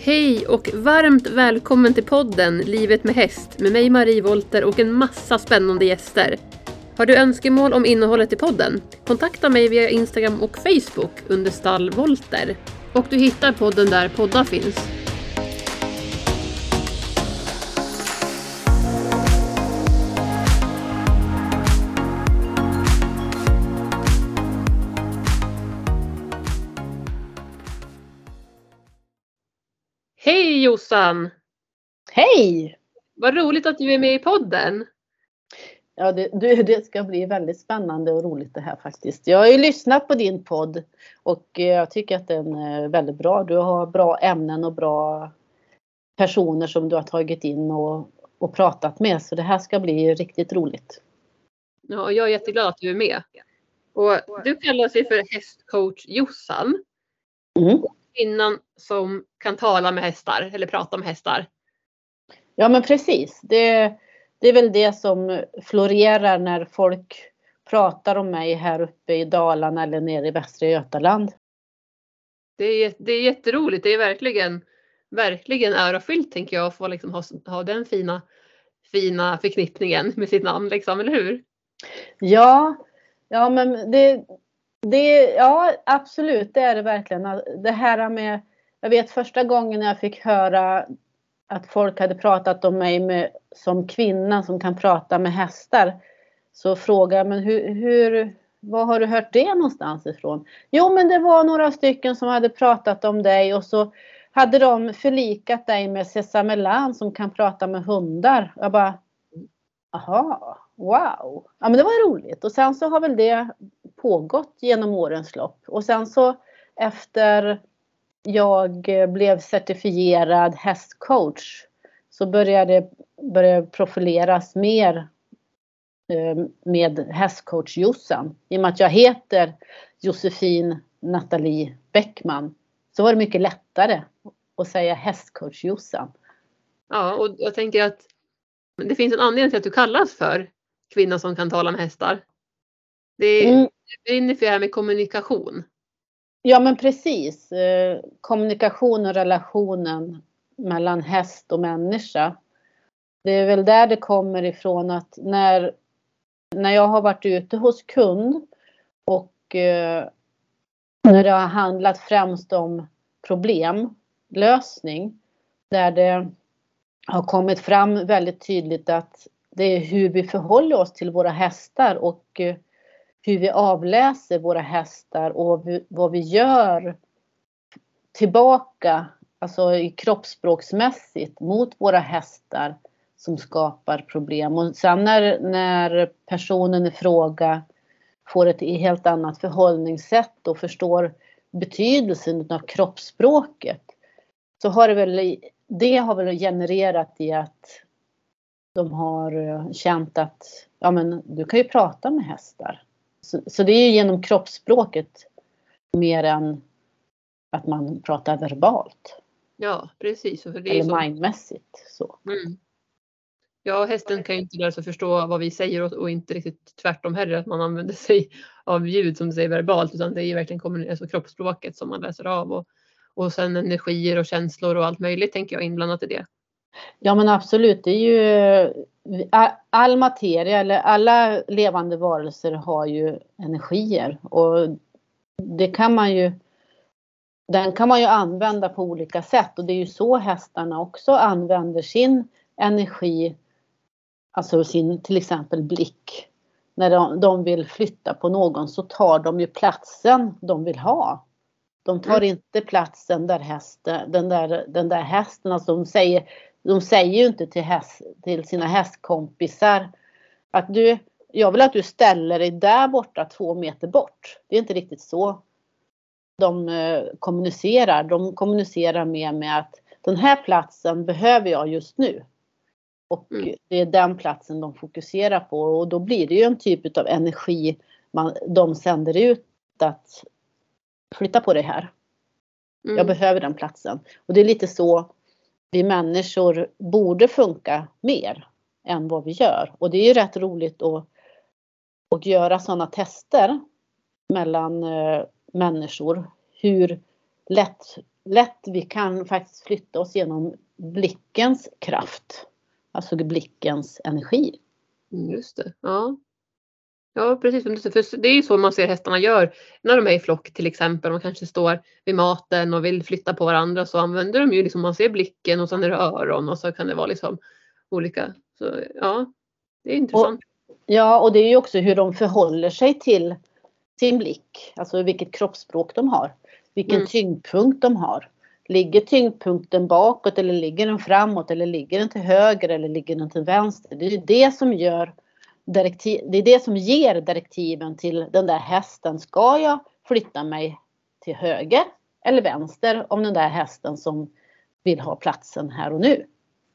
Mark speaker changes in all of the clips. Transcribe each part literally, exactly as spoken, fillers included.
Speaker 1: Hej och varmt välkommen till podden Livet med häst med mig Marie Volter och en massa spännande gäster. Har du önskemål om innehållet i podden? Kontakta mig via Instagram och Facebook under Stall Volter. Och du hittar podden där poddar finns. Hej Jossan!
Speaker 2: Hej!
Speaker 1: Vad roligt att du är med i podden.
Speaker 2: Ja, det, du, det ska bli väldigt spännande och roligt det här faktiskt. Jag har ju lyssnat på din podd och jag tycker att den är väldigt bra. Du har bra ämnen och bra personer som du har tagit in och, och pratat med. Så det här ska bli riktigt roligt.
Speaker 1: Ja, jag är jätteglad att du är med. Och du kallar sig för hästcoach Jossan.
Speaker 2: Mm.
Speaker 1: Kvinnan som kan tala med hästar eller prata med hästar.
Speaker 2: Ja, men precis. Det, det är väl det som florerar när folk pratar om mig här uppe i Dalarna eller nere i Västra Götaland.
Speaker 1: Det är, det är jätteroligt. Det är verkligen, verkligen ärofyllt tänker jag att få liksom ha, ha den fina, fina förknippningen med sitt namn, liksom, eller hur?
Speaker 2: Ja, ja men det, det, ja absolut, det är det verkligen. Det här med, jag vet första gången jag fick höra att folk hade pratat om mig med, som kvinna som kan prata med hästar. Så frågade jag, men hur, hur, var har du hört det någonstans ifrån? Jo, men det var några stycken som hade pratat om dig och så hade de förlikat dig med Sesame Lan som kan prata med hundar. Jag bara, aha, wow. Ja, men det var roligt. Och sen så har väl det pågått genom årens lopp. Och sen så efter jag blev certifierad hästcoach så började började profileras mer med hästcoach Jossan. I och med att jag heter Josefin Nathalie Bäckman så var det mycket lättare att säga hästcoach Jossan.
Speaker 1: Ja, och jag tänker att det finns en anledning till att du kallas för kvinna som kan tala med hästar. Det är mm. brinner för det här med kommunikation.
Speaker 2: Ja, men precis. Kommunikation och relationen mellan häst och människa. Det är väl där det kommer ifrån att när, när jag har varit ute hos kund och eh, när det har handlat främst om problemlösning. Där det har kommit fram väldigt tydligt att det är hur vi förhåller oss till våra hästar och eh, hur vi avläser våra hästar och vi, vad vi gör tillbaka, alltså i kroppsspråksmässigt mot våra hästar som skapar problem. Och sen när, när personen i fråga får ett helt annat förhållningssätt och förstår betydelsen av kroppsspråket så har det väl, det har väl genererat i att de har känt att ja, men du kan ju prata med hästar. Så, så det är ju genom kroppsspråket mer än att man pratar verbalt.
Speaker 1: Ja, precis. För det är
Speaker 2: eller
Speaker 1: så.
Speaker 2: mindmässigt. Så.
Speaker 1: Mm. Ja, hästen kan ju inte lära sig förstå vad vi säger och, och inte riktigt tvärtom heller att man använder sig av ljud som du säger verbalt, utan det är ju verkligen alltså kroppsspråket som man läser av och, och sen energier och känslor och allt möjligt tänker jag inblandat i det.
Speaker 2: Ja, men absolut, det är ju all materia eller alla levande varelser har ju energier och det kan man ju den kan man ju använda på olika sätt och det är ju så hästarna också använder sin energi, alltså sin till exempel blick. När de, de vill flytta på någon så tar de ju platsen de vill ha. De tar mm. inte platsen där hästen, den där, den där hästen, alltså de säger De säger ju inte till, häst, till sina hästkompisar att du, jag vill att du ställer dig där borta två meter bort. Det är inte riktigt så de eh, kommunicerar. De kommunicerar med, med att den här platsen behöver jag just nu. Och mm. det är den platsen de fokuserar på. Och då blir det ju en typ av energi man, de sänder ut att flytta på det här. Mm. Jag behöver den platsen. Och det är lite så vi människor borde funka mer än vad vi gör. Och det är ju rätt roligt att, att göra sådana tester mellan eh, människor. Hur lätt lätt vi kan faktiskt flytta oss genom blickens kraft. Alltså blickens energi.
Speaker 1: Just det, ja. Ja, precis. För det är ju så man ser hästarna gör när de är i flock till exempel. De kanske står vid maten och vill flytta på varandra, så använder de ju liksom, man ser blicken och sen är det öron och så kan det vara liksom olika. Så ja, det är intressant.
Speaker 2: Och, ja, och det är ju också hur de förhåller sig till sin blick. Alltså vilket kroppsspråk de har. Vilken mm. tyngdpunkt de har. Ligger tyngdpunkten bakåt eller ligger den framåt eller ligger den till höger eller ligger den till vänster? Det är ju det som gör direktiv, det är det som ger direktiven till den där hästen. Ska jag flytta mig till höger eller vänster om den där hästen som vill ha platsen här och nu?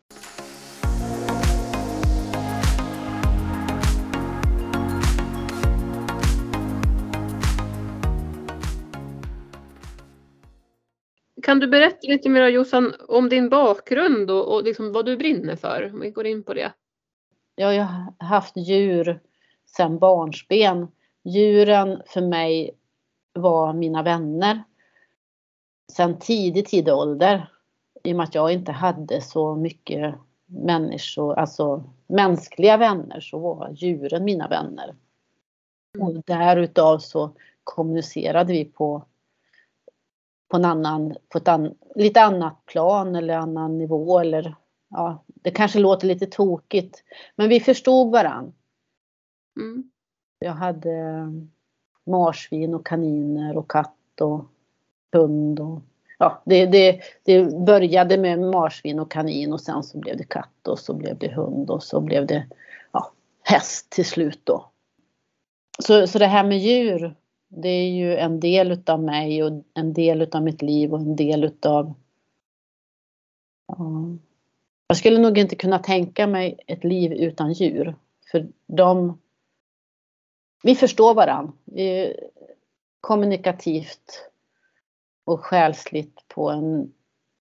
Speaker 1: Kan du berätta lite mer, Jossan, om din bakgrund och, och liksom vad du brinner för? Om vi går in på det.
Speaker 2: Ja, jag har haft djur sedan barnsben. Djuren för mig var mina vänner. Sedan tidig, tidig ålder. I och med att jag inte hade så mycket människor, alltså mänskliga vänner, så var djuren mina vänner. Mm. Och därutav så kommunicerade vi på på en annan, på ett an, lite annat plan eller annan nivå, eller ja, det kanske låter lite tokigt, men vi förstod varann. Mm. Jag hade marsvin och kaniner och katt och hund och ja, det, det, det började med marsvin och kanin och sen så blev det katt och så blev det hund och så blev det ja, häst till slut då. Så, så det här med djur, det är ju en del utav mig och en del utav mitt liv och en del utav... Ja. Jag skulle nog inte kunna tänka mig ett liv utan djur. För de... Vi förstår varann. Vi är kommunikativt och själsligt på en...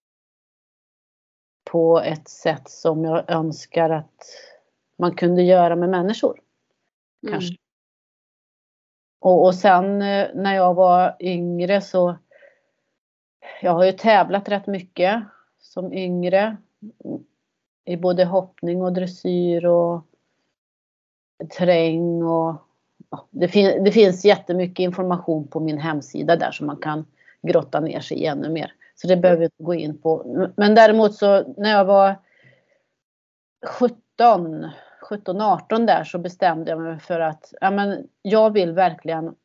Speaker 2: på ett sätt som jag önskar att man kunde göra med människor. Mm. Kanske. Och, och sen när jag var yngre så, jag har ju tävlat rätt mycket som yngre. I både hoppning och dressyr och terräng och ja, det, fin, det finns jättemycket information på min hemsida där som man kan grotta ner sig i ännu mer. Så det behöver vi inte gå in på. Men däremot så när jag var sjutton arton där så bestämde jag mig för att ja, men jag vill verkligen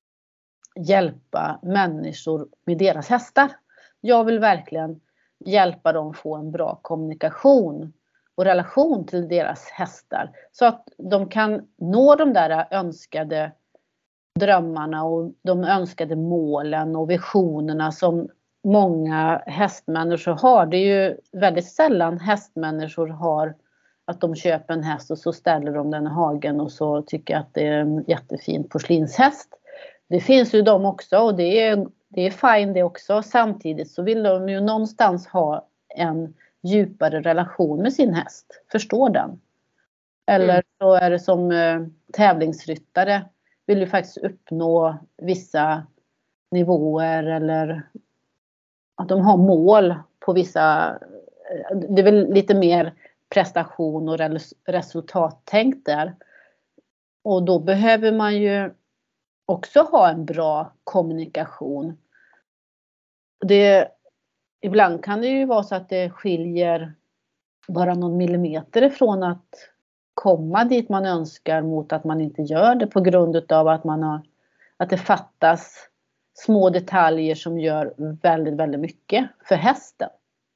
Speaker 2: hjälpa människor med deras hästar. Jag vill verkligen hjälpa dem få en bra kommunikation och relation till deras hästar. Så att de kan nå de där önskade drömmarna och de önskade målen och visionerna som många hästmänniskor har. Det är ju väldigt sällan hästmänniskor har att de köper en häst och så ställer de den i hagen och så tycker att det är en jättefin porslinshäst. Det finns ju de också och det är, det är fine det också. Samtidigt så vill de ju någonstans ha en djupare relation med sin häst. Förstår den. Eller mm. så är det som eh, tävlingsryttare vill ju faktiskt uppnå vissa nivåer eller att de har mål på vissa, det är väl lite mer prestation och resultattänkt där. Och då behöver man ju också ha en bra kommunikation. Det, ibland kan det ju vara så att det skiljer bara någon millimeter ifrån att komma dit man önskar mot att man inte gör det på grund av att man har, att det fattas små detaljer som gör väldigt, väldigt mycket för hästen.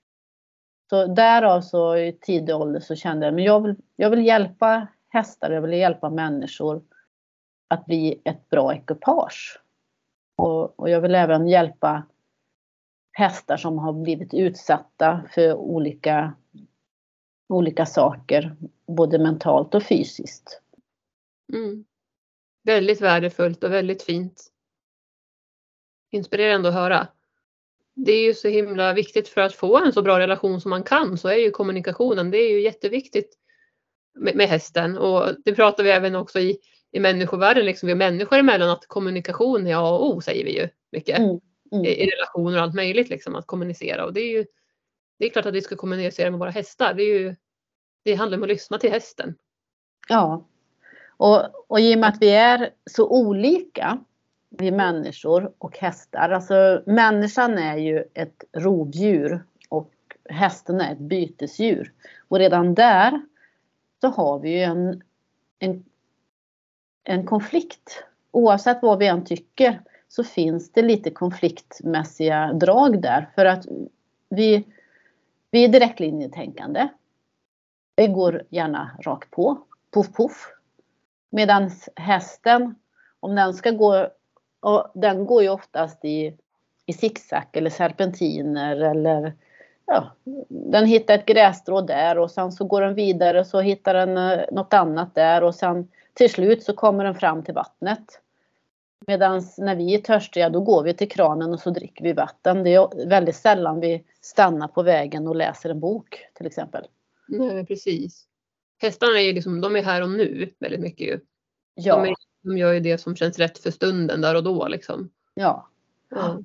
Speaker 2: Så därav så i tidig ålder så kände jag, men jag vill, jag vill hjälpa hästar, jag vill hjälpa människor att bli ett bra ekipage. Och, och jag vill även hjälpa hästar som har blivit utsatta för olika, olika saker, både mentalt och fysiskt.
Speaker 1: Mm. Väldigt värdefullt och väldigt fint. Inspirerande att höra. Det är ju så himla viktigt för att få en så bra relation som man kan, så är ju kommunikationen, det är ju jätteviktigt med, med hästen. Och det pratar vi även också i, i människovärlden, liksom vi människor emellan, att kommunikation är A och O, säger vi ju mycket.
Speaker 2: Mm,
Speaker 1: mm. i, i relationer och allt möjligt liksom, att kommunicera. Och det är ju det är klart att vi ska kommunicera med våra hästar. Det, är ju, det handlar om att lyssna till hästen.
Speaker 2: Ja, och, och i och med att vi är så olika, vi människor och hästar. Alltså människan är ju ett rovdjur och hästen är ett bytesdjur. Och redan där så har vi ju en, en, en konflikt. Oavsett vad vi än tycker så finns det lite konfliktmässiga drag där. För att vi, vi är direktlinjetänkande. Vi går gärna rakt på. Puff puff. Medan hästen, om den ska gå, och den går ju oftast i, i zigzag eller serpentiner eller ja, den hittar ett grässtrå där och sen så går den vidare så hittar den något annat där och sen till slut så kommer den fram till vattnet. Medan när vi är törstiga då går vi till kranen och så dricker vi vatten. Det är väldigt sällan vi stannar på vägen och läser en bok till exempel.
Speaker 1: Nej, precis. Hästarna är ju liksom, de är här och nu väldigt mycket ju.
Speaker 2: Ja.
Speaker 1: De, är, de gör ju det som känns rätt för stunden där och då liksom.
Speaker 2: Ja.
Speaker 1: Ja.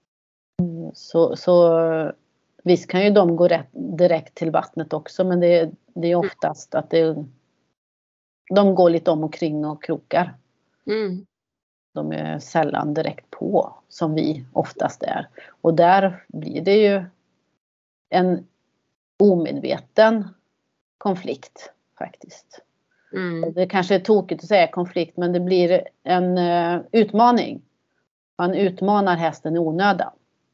Speaker 2: Så, så visst kan ju de gå rätt, direkt till vattnet också, men det, det är oftast att det, de går lite om och kring och krokar.
Speaker 1: Mm.
Speaker 2: De är sällan direkt på som vi oftast är. Och där blir det ju en omedveten konflikt faktiskt.
Speaker 1: Mm.
Speaker 2: Det kanske är tokigt att säga konflikt, men det blir en uh, utmaning. Man utmanar hästen i onödan.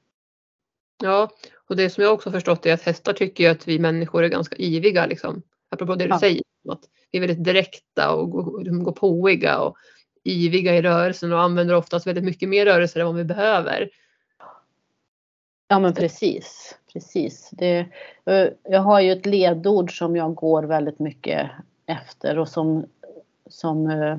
Speaker 1: Ja, och det som jag också förstått är att hästar tycker att vi människor är ganska iviga liksom. Apropå det du
Speaker 2: Ja.
Speaker 1: säger, att vi är väldigt direkta och går, går påiga och iviga i rörelsen och använder oftast väldigt mycket mer rörelser än vad vi behöver.
Speaker 2: Ja men precis, precis. Det, jag har ju ett ledord som jag går väldigt mycket efter och som, som eh,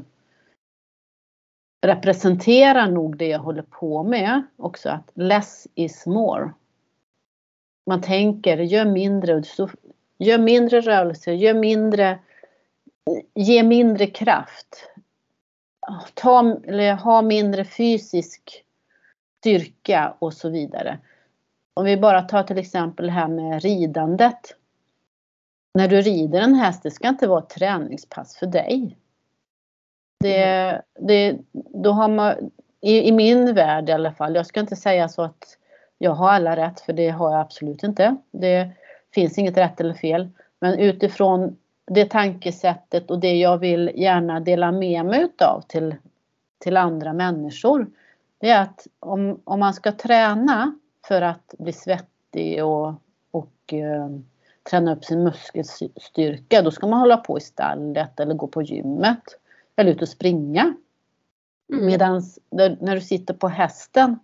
Speaker 2: representerar nog det jag håller på med också, att less is more. Man tänker, gör mindre, gör mindre rörelser, gör mindre, ge mindre kraft. Ta, eller ha mindre fysisk styrka och så vidare. Om vi bara tar till exempel det här med ridandet. När du rider en häst, det ska inte vara ett träningspass för dig. Det, det, då har man, i, i min värld i alla fall, jag ska inte säga så att jag har alla rätt, för det har jag absolut inte. Det finns inget rätt eller fel. Men utifrån det tankesättet och det jag vill gärna dela med mig utav till, till andra människor. Det är att om, om man ska träna för att bli svettig och, och eh, träna upp sin muskelstyrka, då ska man hålla på i stallet eller gå på gymmet eller ut och springa. Mm. Medan när du sitter på hästen,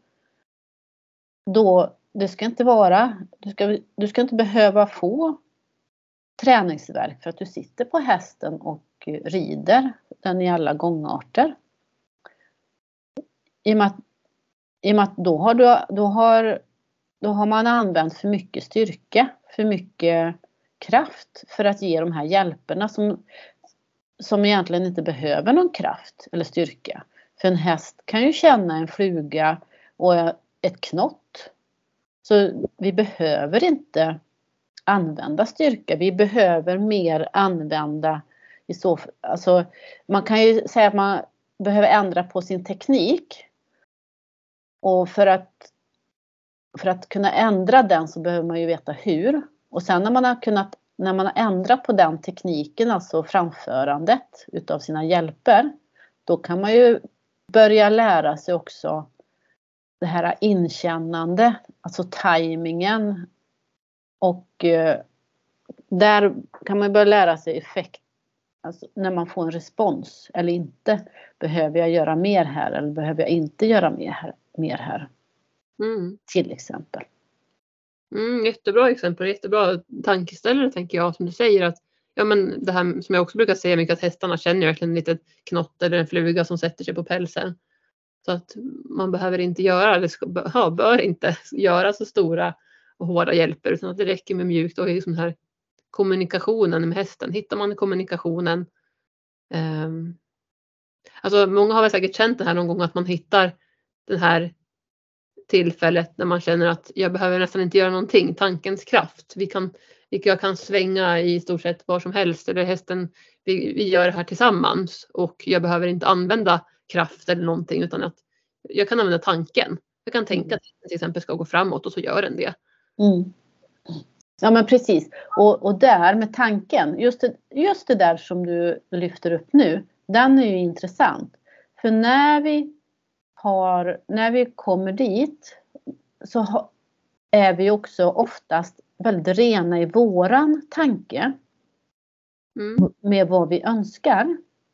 Speaker 2: då det ska inte vara, du ska, du ska inte behöva få träningsvärk för att du sitter på hästen och rider den i alla gångarter. I och med att, i och med att då, har du, då, har, då har man använt för mycket styrka, för mycket kraft för att ge de här hjälperna som, som egentligen inte behöver någon kraft eller styrka. För en häst kan ju känna en fluga och ett knott. Så vi behöver inte använda styrka. Vi behöver mer använda i så, alltså man kan ju säga att man behöver ändra på sin teknik. Och för att för att kunna ändra den så behöver man ju veta hur. Och sen när man har kunnat när man har ändrat på den tekniken, alltså framförandet utav sina hjälper, då kan man ju börja lära sig också det här inkännande, alltså tajmingen. Och eh, där kan man börja lära sig effekt, alltså när man får en respons eller inte. Behöver jag göra mer här eller behöver jag inte göra mer här? Mer här
Speaker 1: mm.
Speaker 2: Till exempel.
Speaker 1: Mm, jättebra exempel, jättebra tankeställare tänker jag, som du säger, att ja, men det här som jag också brukar säga mycket, att hästarna känner verkligen en liten knott eller en fluga som sätter sig på pälsen. Så att man behöver inte göra, eller ska, ja, bör inte göra så stora och hårda hjälper, utan att det räcker med mjukt och i sån här kommunikationen med hästen. Hittar man kommunikationen, um, alltså många har väl säkert känt det här någon gång, att man hittar den här tillfället när man känner att jag behöver nästan inte göra någonting. Tankens kraft. Vi kan, jag kan svänga i stort sett var som helst. Eller hästen, vi, vi gör det här tillsammans. Och jag behöver inte använda kraft eller någonting. Utan att jag kan använda tanken. Jag kan tänka att den till exempel ska gå framåt och så gör den det.
Speaker 2: Mm. Ja men precis. Och, och där med tanken. Just det, just det där som du lyfter upp nu. Den är ju intressant. För när vi har, när vi kommer dit så ha, är vi också oftast väldigt rena i våran tanke. Mm. Med vad vi önskar.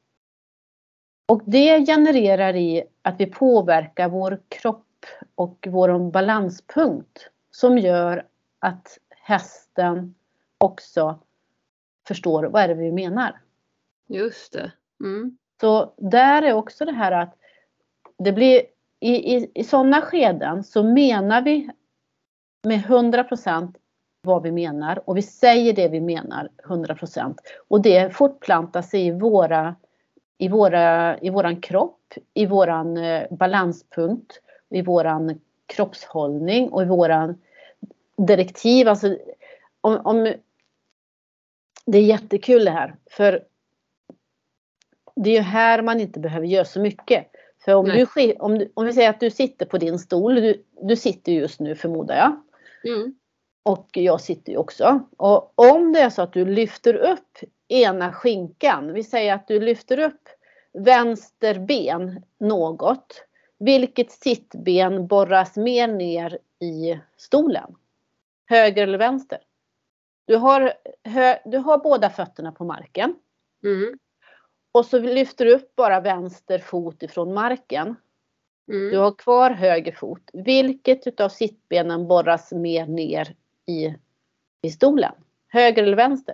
Speaker 2: Och det genererar i att vi påverkar vår kropp och vår balanspunkt. Som gör att hästen också förstår vad är det vi menar.
Speaker 1: Just det. Mm.
Speaker 2: Så där är också det här att det blir i, i, i sådana skeden så menar vi med hundra procent vad vi menar. Och vi säger det vi menar hundra procent. Och det fortplantar sig i våra, i våra, i våran kropp, i våran balanspunkt, i våran kroppshållning och i våran direktiv. Alltså, om, om, det är jättekul det här. För det är ju här man inte behöver göra så mycket. För om, du, om, du, om vi säger att du sitter på din stol. Du, du sitter just nu förmodar jag.
Speaker 1: Mm.
Speaker 2: Och jag sitter ju också. Och om det är så att du lyfter upp ena skinkan. Vi säger att du lyfter upp vänster ben något. Vilket sittben borras mer ner i stolen? Höger eller vänster? Du har, hö, du har båda fötterna på marken.
Speaker 1: Mm.
Speaker 2: Och så lyfter du upp bara vänster fot ifrån marken.
Speaker 1: Mm.
Speaker 2: Du har kvar höger fot. Vilket utav sittbenen borras mer ner i, i stolen? Höger eller vänster?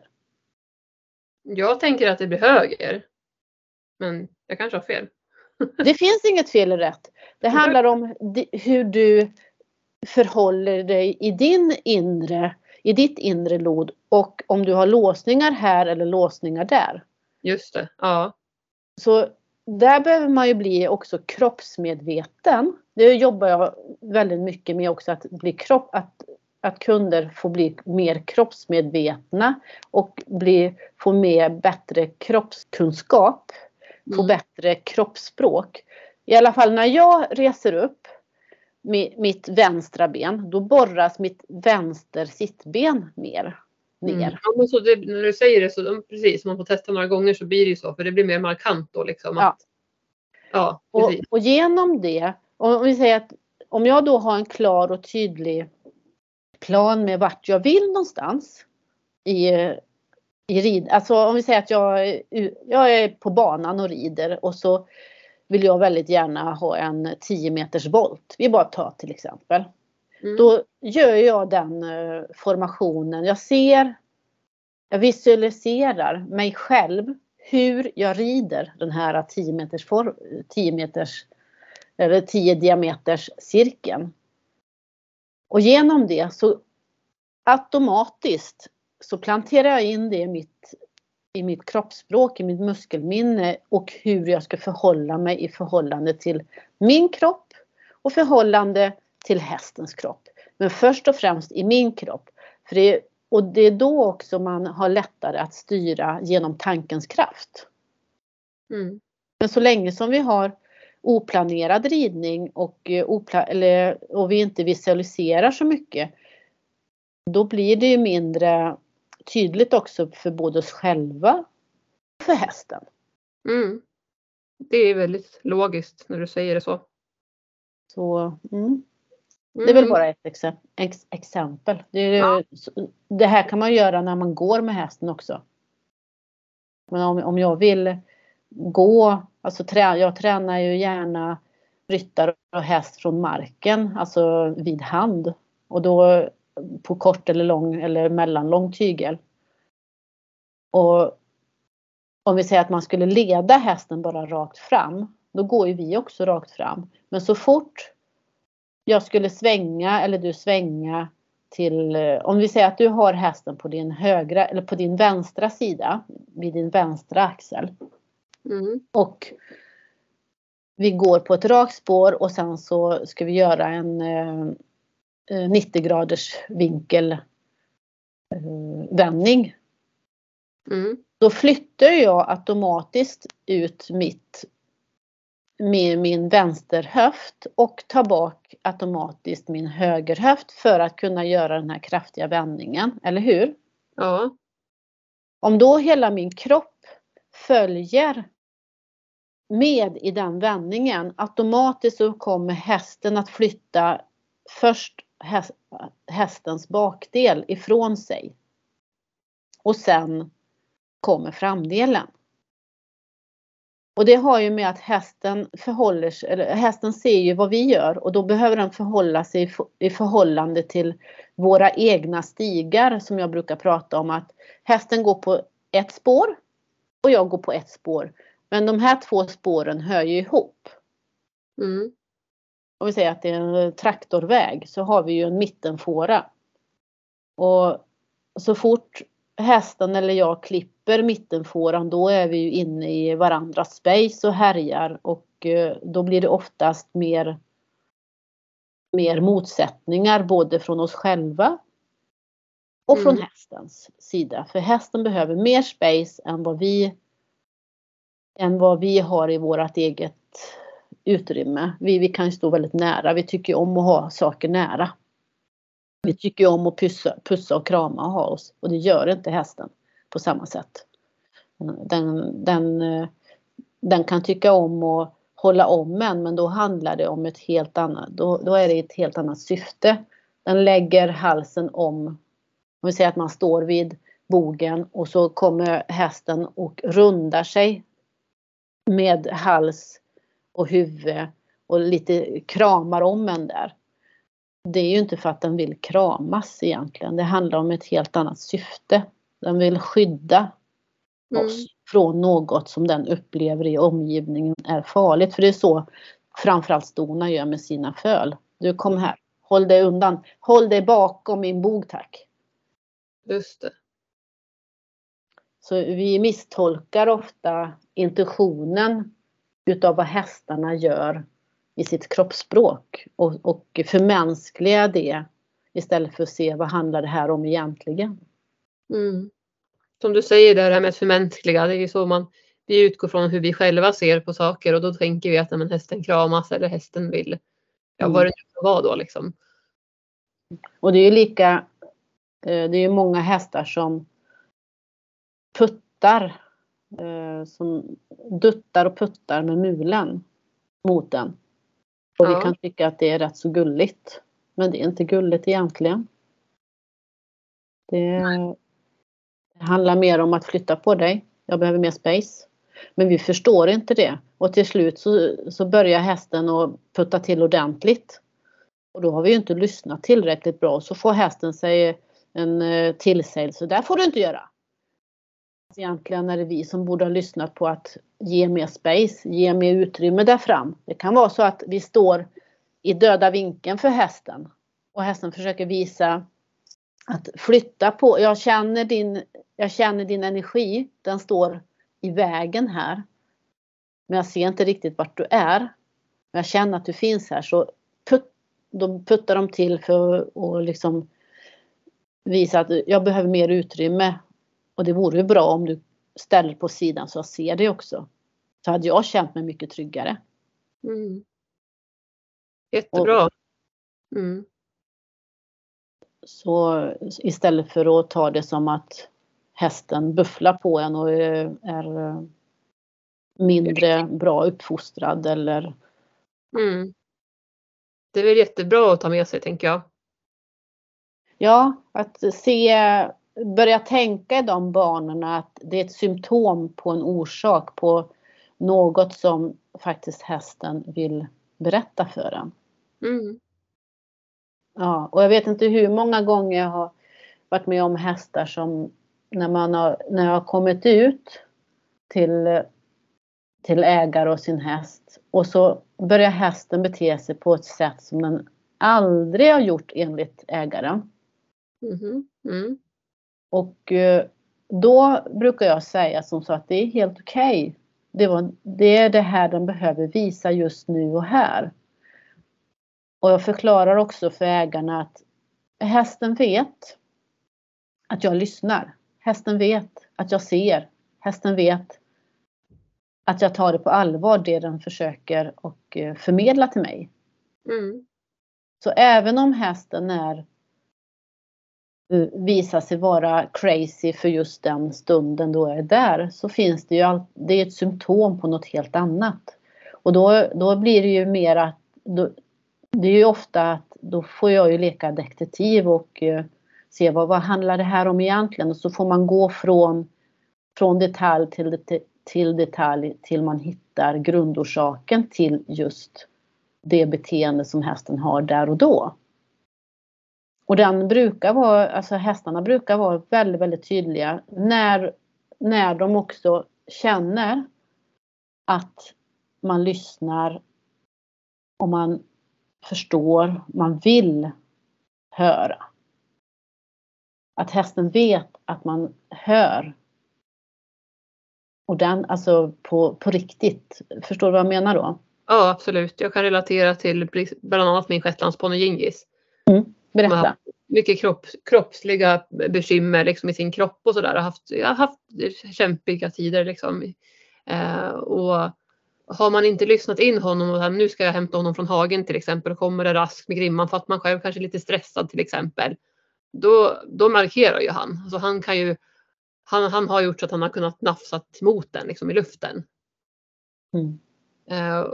Speaker 1: Jag tänker att det blir höger. Men jag kanske har fel.
Speaker 2: Det finns inget fel eller rätt. Det handlar om hur du förhåller dig i din inre, i ditt inre lod. Och om du har låsningar här eller låsningar där.
Speaker 1: Just det, ja.
Speaker 2: Så där behöver man ju bli också kroppsmedveten. Det jobbar jag väldigt mycket med också. Att, bli kropp, att, att kunder får bli mer kroppsmedvetna. Och bli, få med bättre kroppskunskap. Få mm. bättre kroppsspråk. I alla fall när jag reser upp mitt vänstra ben. Då borras mitt vänster sittben mer. Ner.
Speaker 1: Mm. Ja, så det, när du säger det så precis, man får testa några gånger så blir det ju så. För det blir mer markant då liksom. Att,
Speaker 2: ja. ja och, och genom det, om vi säger att om jag då har en klar och tydlig plan med vart jag vill någonstans. I, i rid, alltså om vi säger att jag, jag är på banan och rider. Och så vill jag väldigt gärna ha en tio meters volt. Vi bara tar till exempel. Mm. Då gör jag den uh, formationen. Jag ser, jag visualiserar mig själv hur jag rider den här tio meters, for, tio meters eller tio diameters cirkeln. Och genom det så automatiskt så planterar jag in det i mitt, i mitt kroppsspråk, i mitt muskelminne och hur jag ska förhålla mig i förhållande till min kropp och förhållande till hästens kropp. Men först och främst i min kropp. För det, och det är då också man har lättare att styra genom tankens kraft.
Speaker 1: Mm.
Speaker 2: Men så länge som vi har oplanerad ridning och, opla- eller, och vi inte visualiserar så mycket. Då blir det ju mindre tydligt också för både oss själva och för hästen.
Speaker 1: Mm. Det är väldigt logiskt när du säger det så.
Speaker 2: Så, mm. Det är väl bara ett ex- ex- exempel. Det, är, ja. det här kan man göra när man går med hästen också. Men om, om jag vill gå, alltså trä, jag tränar ju gärna ryttare och häst från marken, alltså vid hand. Och då på kort eller lång eller mellanlång tygel. Och om vi säger att man skulle leda hästen bara rakt fram, då går ju vi också rakt fram. Men så fort jag skulle svänga eller du svänga till, om vi säger att du har hästen på din högra eller på din vänstra sida, vid din vänstra axel.
Speaker 1: Mm.
Speaker 2: Och vi går på ett rakt spår och sen så ska vi göra en eh, nittio graders vinkel eh, vändning.
Speaker 1: Mm.
Speaker 2: Då flyttar jag automatiskt ut mitt med min vänsterhöft och tar bak automatiskt min högerhöft för att kunna göra den här kraftiga vändningen, eller hur?
Speaker 1: Ja.
Speaker 2: Om då hela min kropp följer med i den vändningen, automatiskt så kommer hästen att flytta först hästens bakdel ifrån sig. Och sen kommer framdelen. Och det har ju med att hästen förhåller sig, eller hästen ser ju vad vi gör och då behöver den förhålla sig i förhållande till våra egna stigar, som jag brukar prata om, att hästen går på ett spår och jag går på ett spår. Men de här två spåren hör ju ihop.
Speaker 1: Mm.
Speaker 2: Om vi säger att det är en traktorväg så har vi ju en mittenfåra. Och så fort hästen eller jag klipper mittenfåran, då är vi ju inne i varandras space och härjar, och då blir det oftast mer, mer motsättningar både från oss själva och från
Speaker 1: Mm.
Speaker 2: hästens sida. För hästen behöver mer space än vad vi än vad vi har i vårt eget utrymme. Vi, vi kan ju stå väldigt nära. Vi tycker om att ha saker nära. Vi tycker om att pussa, pussa och krama och ha oss. Och det gör inte hästen på samma sätt. Den, den, den kan tycka om att hålla om en, men då handlar det om ett helt annat. Då, då är det ett helt annat syfte. Den lägger halsen om. Om vi säger att man står vid bogen och så kommer hästen och rundar sig med hals och huvud och lite kramar om en där. Det är ju inte för att den vill kramas egentligen. Det handlar om ett helt annat syfte. Den vill skydda
Speaker 1: Mm.
Speaker 2: oss från något som den upplever i omgivningen är farligt. För det är så framförallt stona gör med sina föl. Du, kom här. Håll dig undan. Håll dig bakom min bog, tack.
Speaker 1: Just det.
Speaker 2: Så vi misstolkar ofta intuitionen utav vad hästarna gör i sitt kroppsspråk och, och förmänskliga det istället för att se vad handlar det här om egentligen.
Speaker 1: Mm. Som du säger där, det här med att förmänskliga, det är ju så man, vi utgår från hur vi själva ser på saker och då tänker vi att men, hästen kramas eller hästen vill, ja
Speaker 2: Mm.
Speaker 1: vad det nu kan vara då liksom.
Speaker 2: Och det är ju lika, det är ju många hästar som puttar, som duttar och puttar med mulen mot den. Och
Speaker 1: Ja.
Speaker 2: vi kan tycka att det är rätt så gulligt. Men det är inte gulligt egentligen. Det handlar mer om att flytta på dig. Jag behöver mer space. Men vi förstår inte det. Och till slut så, så börjar hästen att putta till ordentligt. Och då har vi ju inte lyssnat tillräckligt bra. Så får hästen sig en tillsägelse. Så där får du inte göra. Egentligen är det vi som borde ha lyssnat på att ge mer space, ge mer utrymme där fram. Det kan vara så att vi står i döda vinkeln för hästen och hästen försöker visa att flytta på. Jag känner din, jag känner din energi, den står i vägen här. Men jag ser inte riktigt vart du är. Men jag känner att du finns här, så put, då puttar de till för att liksom visa att jag behöver mer utrymme. Och det vore ju bra om du ställer på sidan så jag ser det också. Så hade jag känt mig mycket tryggare.
Speaker 1: Mm. Jättebra. Mm.
Speaker 2: Så istället för att ta det som att hästen bufflar på en och är, är mindre bra uppfostrad eller...
Speaker 1: Mm. Det är väl jättebra att ta med sig, tänker jag.
Speaker 2: Ja, att se, börja tänka i de banorna att det är ett symptom på en orsak, på något som faktiskt hästen vill berätta för en.
Speaker 1: Mm.
Speaker 2: Ja, och jag vet inte hur många gånger jag har varit med om hästar som när man har, när jag har kommit ut till, till ägare och sin häst och så börjar hästen bete sig på ett sätt som den aldrig har gjort enligt ägaren.
Speaker 1: Mm. Mm.
Speaker 2: Och då brukar jag säga som så att det är helt okej. Det, var, det är det här den behöver visa just nu och här. Och jag förklarar också för ägarna att hästen vet att jag lyssnar. Hästen vet att jag ser. Hästen vet att jag tar det på allvar, det den försöker och förmedla till mig.
Speaker 1: Mm.
Speaker 2: Så även om hästen är visar sig vara crazy för just den stunden då är där, så finns det ju all, det är ett symptom på något helt annat. Och då, då blir det ju mer att då, det är ju ofta att då får jag ju leka detektiv och uh, se vad, vad handlar det här om egentligen, och så får man gå från, från detalj till, det, till detalj till man hittar grundorsaken till just det beteende som hästen har där och då. Och den brukar vara, alltså hästarna brukar vara väldigt, väldigt tydliga när, när de också känner att man lyssnar och man förstår, man vill höra. Att hästen vet att man hör. Och den, alltså på, på riktigt. Förstår du vad jag menar då?
Speaker 1: Ja, absolut. Jag kan relatera till bland annat min shetlandsponny Gingis.
Speaker 2: Mm, berätta.
Speaker 1: Mycket kropp, kroppsliga bekymmer liksom i sin kropp och sådär. Jag har haft, jag har haft kämpiga tider liksom. Eh, och har man inte lyssnat in honom och här, nu ska jag hämta honom från hagen till exempel, och kommer det rask med grimman för att man själv kanske är lite stressad till exempel. Då, då markerar ju han. Alltså han kan ju, han, han har gjort så att han har kunnat nafsa mot den liksom i luften.
Speaker 2: Mm.
Speaker 1: Eh,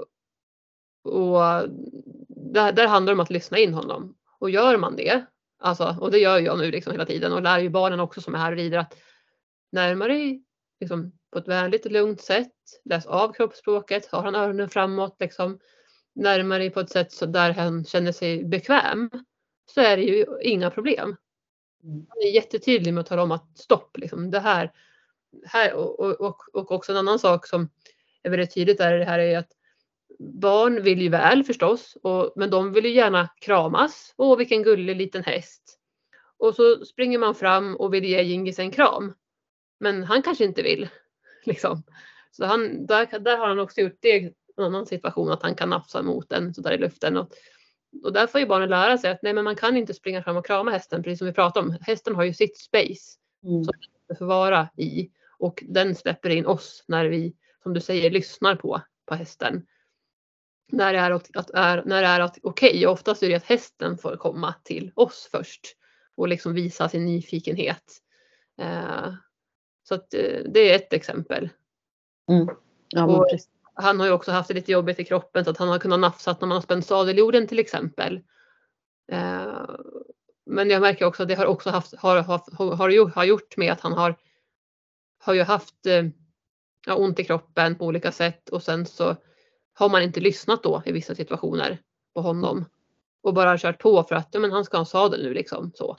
Speaker 1: och där, där handlar det om att lyssna in honom. Och gör man det, alltså, och det gör jag nu liksom hela tiden, och lär ju barnen också som är här och rider att närma dig liksom, på ett vänligt och lugnt sätt, läs av kroppsspråket, har han öronen framåt, liksom, närma dig på ett sätt så där han känner sig bekväm, så är det ju inga problem. Han är jättetydlig med att tala om att stopp, liksom, det här, här och, och, och, och också en annan sak som är väldigt tydligt där, det här är att barn vill ju väl förstås, och, men de vill ju gärna kramas. Åh, vilken gullig liten häst. Och så springer man fram och vill ge Gingis en kram. Men han kanske inte vill. Liksom. Så han, där, där har han också gjort det i en annan situation, att han kan nafsa mot den så där i luften. Och, och där får ju barnen lära sig att nej, men man kan inte springa fram och krama hästen, precis som vi pratade om. Hästen har ju sitt space mm. som den får vara i. Och den släpper in oss när vi, som du säger, lyssnar på, på hästen. När det är, att, är, när det är att, okej, okay, oftast är det att hästen får komma till oss först och liksom visa sin nyfikenhet. Eh, så att, eh, det är ett exempel.
Speaker 2: Mm. Ja,
Speaker 1: och han har ju också haft det lite jobbigt i kroppen, så att han har kunnat nafsa när man har spänt sadeljorden till exempel. Eh, men jag märker också att det har också haft, har, har, har, har gjort med att han har, har ju haft eh, ja, ont i kroppen på olika sätt, och sen så har man inte lyssnat då i vissa situationer på honom och bara kört på för att ja, men han ska ha en sadel nu liksom så.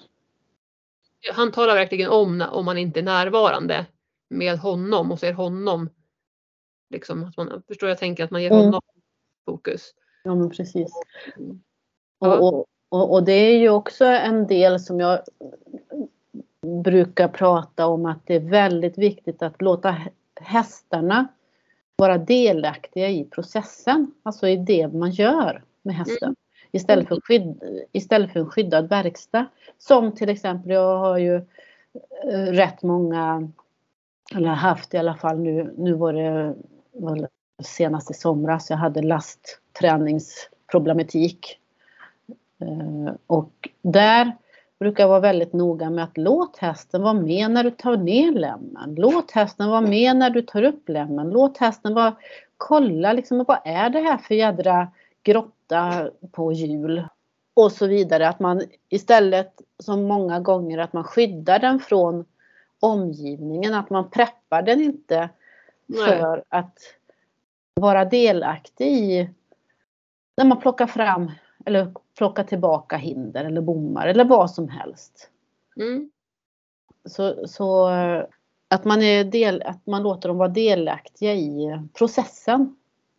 Speaker 1: Han talar verkligen om när, om man inte är närvarande med honom och ser honom liksom, att man förstår, jag tänker att man ger honom mm. fokus.
Speaker 2: Ja, men precis. Mm. Ja. Och, och, och, och det är ju också en del som jag brukar prata om, att det är väldigt viktigt att låta hästarna vara delaktiga i processen, alltså i det man gör med hästen. Mm. Istället för, skydd, istället för en skyddad verkstad. Som till exempel, jag har ju äh, rätt många, eller haft i alla fall nu, nu var det var senast i somras, jag hade lastträningsproblematik. Äh, och där brukar jag vara väldigt noga med att låt hästen vara med när du tar ner lämmen. Låt hästen vara med när du tar upp lämmen. Låt hästen vara, kolla liksom, vad är det här för jädra grotta på hjul och så vidare. Att man istället, som många gånger, att man skyddar den från omgivningen. Att man preppar den inte för Nej. Att vara delaktig i när man plockar fram eller plocka tillbaka hinder eller bommar eller vad som helst. Mm. Så, så att man är del, att man låter dem vara delaktiga i processen.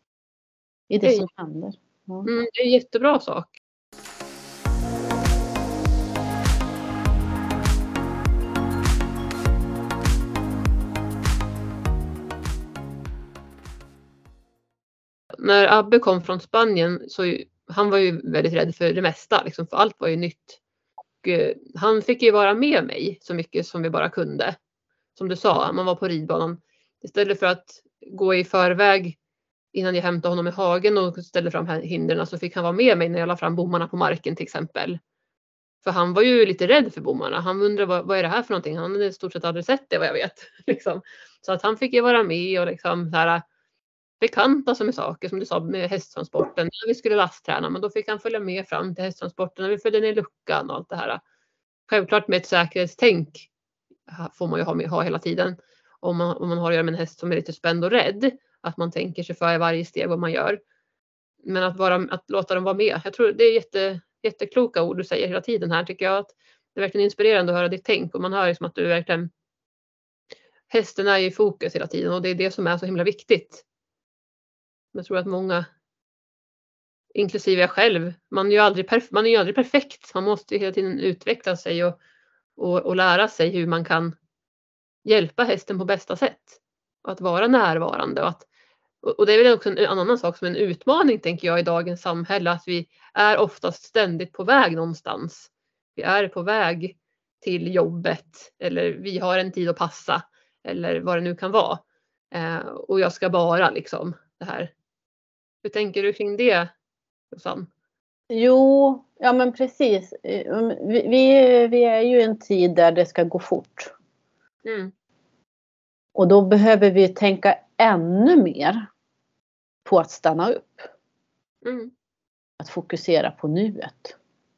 Speaker 2: I det, det som händer. Ja.
Speaker 1: Mm, det är en jättebra sak. när Abbe kom från Spanien så ju, han var ju väldigt rädd för det mesta. Liksom, för allt var ju nytt. Och, eh, han fick ju vara med mig så mycket som vi bara kunde. Som du sa, man var på ridbanan. Istället för att gå i förväg innan jag hämtade honom i hagen och ställde fram hindren, så fick han vara med mig när jag la fram bommarna på marken till exempel. För han var ju lite rädd för bommarna. Han undrade vad, vad är det här för någonting? Han hade i stort sett aldrig sett det vad jag vet. Liksom. Så att han fick ju vara med och liksom så här, bekanta sig med saker som du sa med hästtransporten. När vi skulle lastträna, men då fick han följa med fram till hästtransporten när vi följde ner luckan och allt det här. Självklart med ett säkerhetstänk får man ju ha, med, ha hela tiden. Om man, om man har att göra med en häst som är lite spänd och rädd. Att man tänker sig för i varje steg vad man gör. Men att, vara, att låta dem vara med. Jag tror det är jätte, jättekloka ord du säger hela tiden här. Tycker jag att det är verkligen inspirerande att höra ditt tänk. Och man hör liksom att du verkligen... Hästen är i fokus hela tiden. Och det är det som är så himla viktigt. Jag tror att många... Inklusive jag själv. Man är ju aldrig, perf- man är ju aldrig perfekt. Man måste ju hela tiden utveckla sig. Och, och, och lära sig hur man kan hjälpa hästen på bästa sätt. Och att vara närvarande. Och, att, och det är väl också en annan sak som en utmaning tänker jag i dagens samhälle. Att vi är oftast ständigt på väg någonstans. Vi är på väg till jobbet. Eller vi har en tid att passa. Eller vad det nu kan vara. Eh, och jag ska bara liksom det här. Hur tänker du kring det, Susanne?
Speaker 2: Jo, ja men precis. Vi, vi, vi är ju i en tid där det ska gå fort.
Speaker 1: Mm.
Speaker 2: Och då behöver vi tänka ännu mer på att stanna upp.
Speaker 1: Mm.
Speaker 2: Att fokusera på nuet.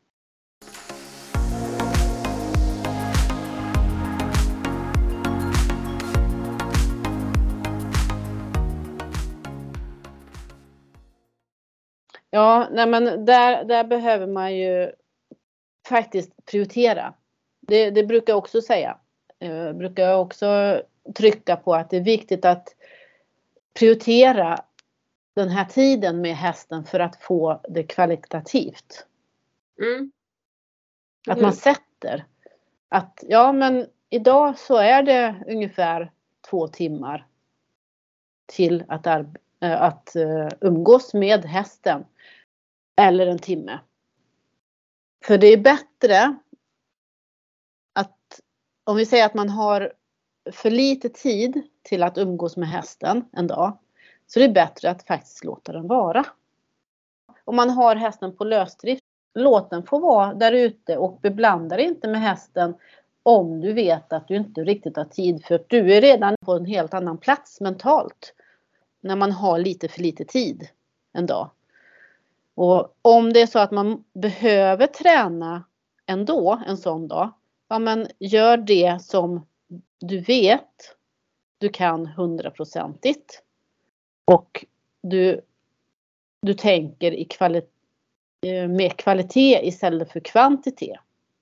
Speaker 2: Ja, nej men där, där behöver man ju faktiskt prioritera. Det, det brukar jag också säga. Jag brukar också trycka på att det är viktigt att prioritera den här tiden med hästen för att få det kvalitativt.
Speaker 1: Mm.
Speaker 2: Att man sätter att ja men idag så är det ungefär två timmar till att, arbe- att umgås med hästen. Eller en timme. För det är bättre att om vi säger att man har för lite tid till att umgås med hästen en dag. Så det är bättre att faktiskt låta den vara. Om man har hästen på lösdrift. Låt den få vara där ute och beblanda dig inte med hästen. Om du vet att du inte riktigt har tid. För att du är redan på en helt annan plats mentalt. När man har lite för lite tid en dag. Och om det är så att man behöver träna ändå en sån dag. Ja men gör det som du vet du kan hundraprocentigt. Och du, du tänker i kvali- med kvalitet istället för kvantitet.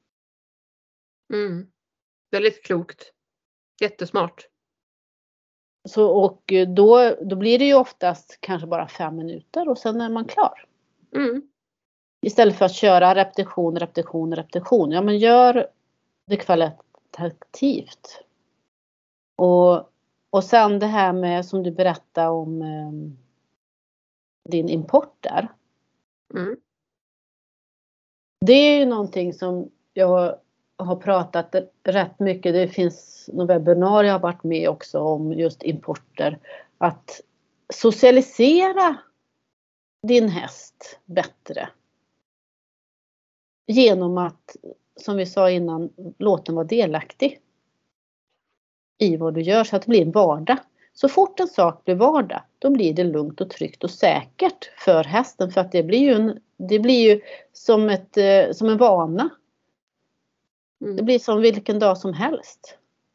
Speaker 1: Mm. Väldigt klokt. Jättesmart.
Speaker 2: Så, och då, då blir det ju oftast kanske bara fem minuter och sen är man klar.
Speaker 1: Mm.
Speaker 2: Istället för att köra repetition, repetition, repetition. Ja men gör det kvalitativt. Och, och sen det här med som du berättade om eh, din import där.
Speaker 1: Mm.
Speaker 2: Det är ju någonting som jag har pratat rätt mycket. Det finns några webbinarier jag har varit med också om just importer. Att socialisera din häst bättre. Genom att, som vi sa innan, låta den vara delaktig i vad du gör så att det blir en vardag. Så fort en sak blir vardag, då blir det lugnt och tryggt och säkert för hästen. För att det blir ju, en, det blir ju som, ett, som en vana.
Speaker 1: Mm.
Speaker 2: Det blir som vilken dag som helst.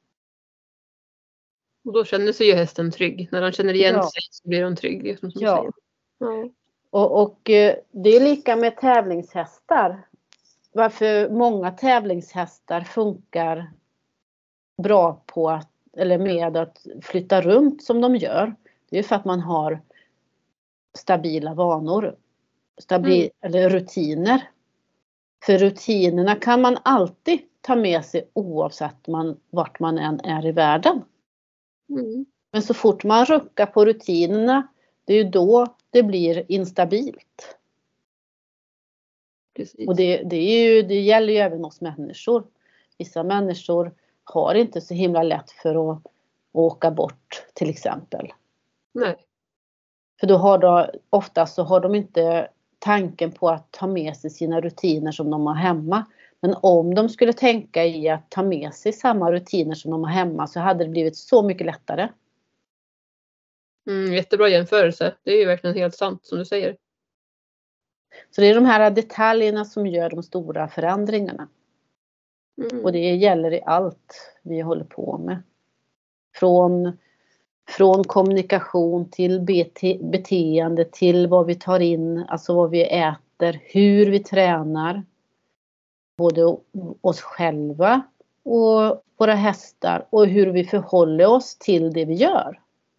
Speaker 1: Och då känner sig ju hästen trygg. När de känner igen
Speaker 2: Ja.
Speaker 1: sig så blir de trygg. Liksom, som
Speaker 2: Ja.
Speaker 1: säger. Ja.
Speaker 2: Och, och det är lika med tävlingshästar. Varför många tävlingshästar funkar bra på att, eller med att flytta runt som de gör. Det är för att man har stabila vanor. Stabil, mm. Eller rutiner. För rutinerna kan man alltid ta med sig oavsett man, vart man än är i världen.
Speaker 1: Mm.
Speaker 2: Men så fort man ruckar på rutinerna, det är ju då det blir instabilt.
Speaker 1: Precis.
Speaker 2: Och det, det, är ju, det gäller ju även oss människor. Vissa människor har inte så himla lätt för att, att åka bort till exempel.
Speaker 1: Nej.
Speaker 2: För då har de, ofta så har de inte tanken på att ta med sig sina rutiner som de har hemma. Men om de skulle tänka i att ta med sig samma rutiner som de har hemma så hade det blivit så mycket lättare.
Speaker 1: Mm, jättebra jämförelse. Det är ju verkligen helt sant som du säger.
Speaker 2: Så det är de här detaljerna som gör de stora förändringarna.
Speaker 1: Mm.
Speaker 2: Och det gäller i allt vi håller på med. Från, från kommunikation till bete, beteende till vad vi tar in, alltså vad vi äter, hur vi tränar. Både oss själva och våra hästar och hur vi förhåller oss till det vi gör.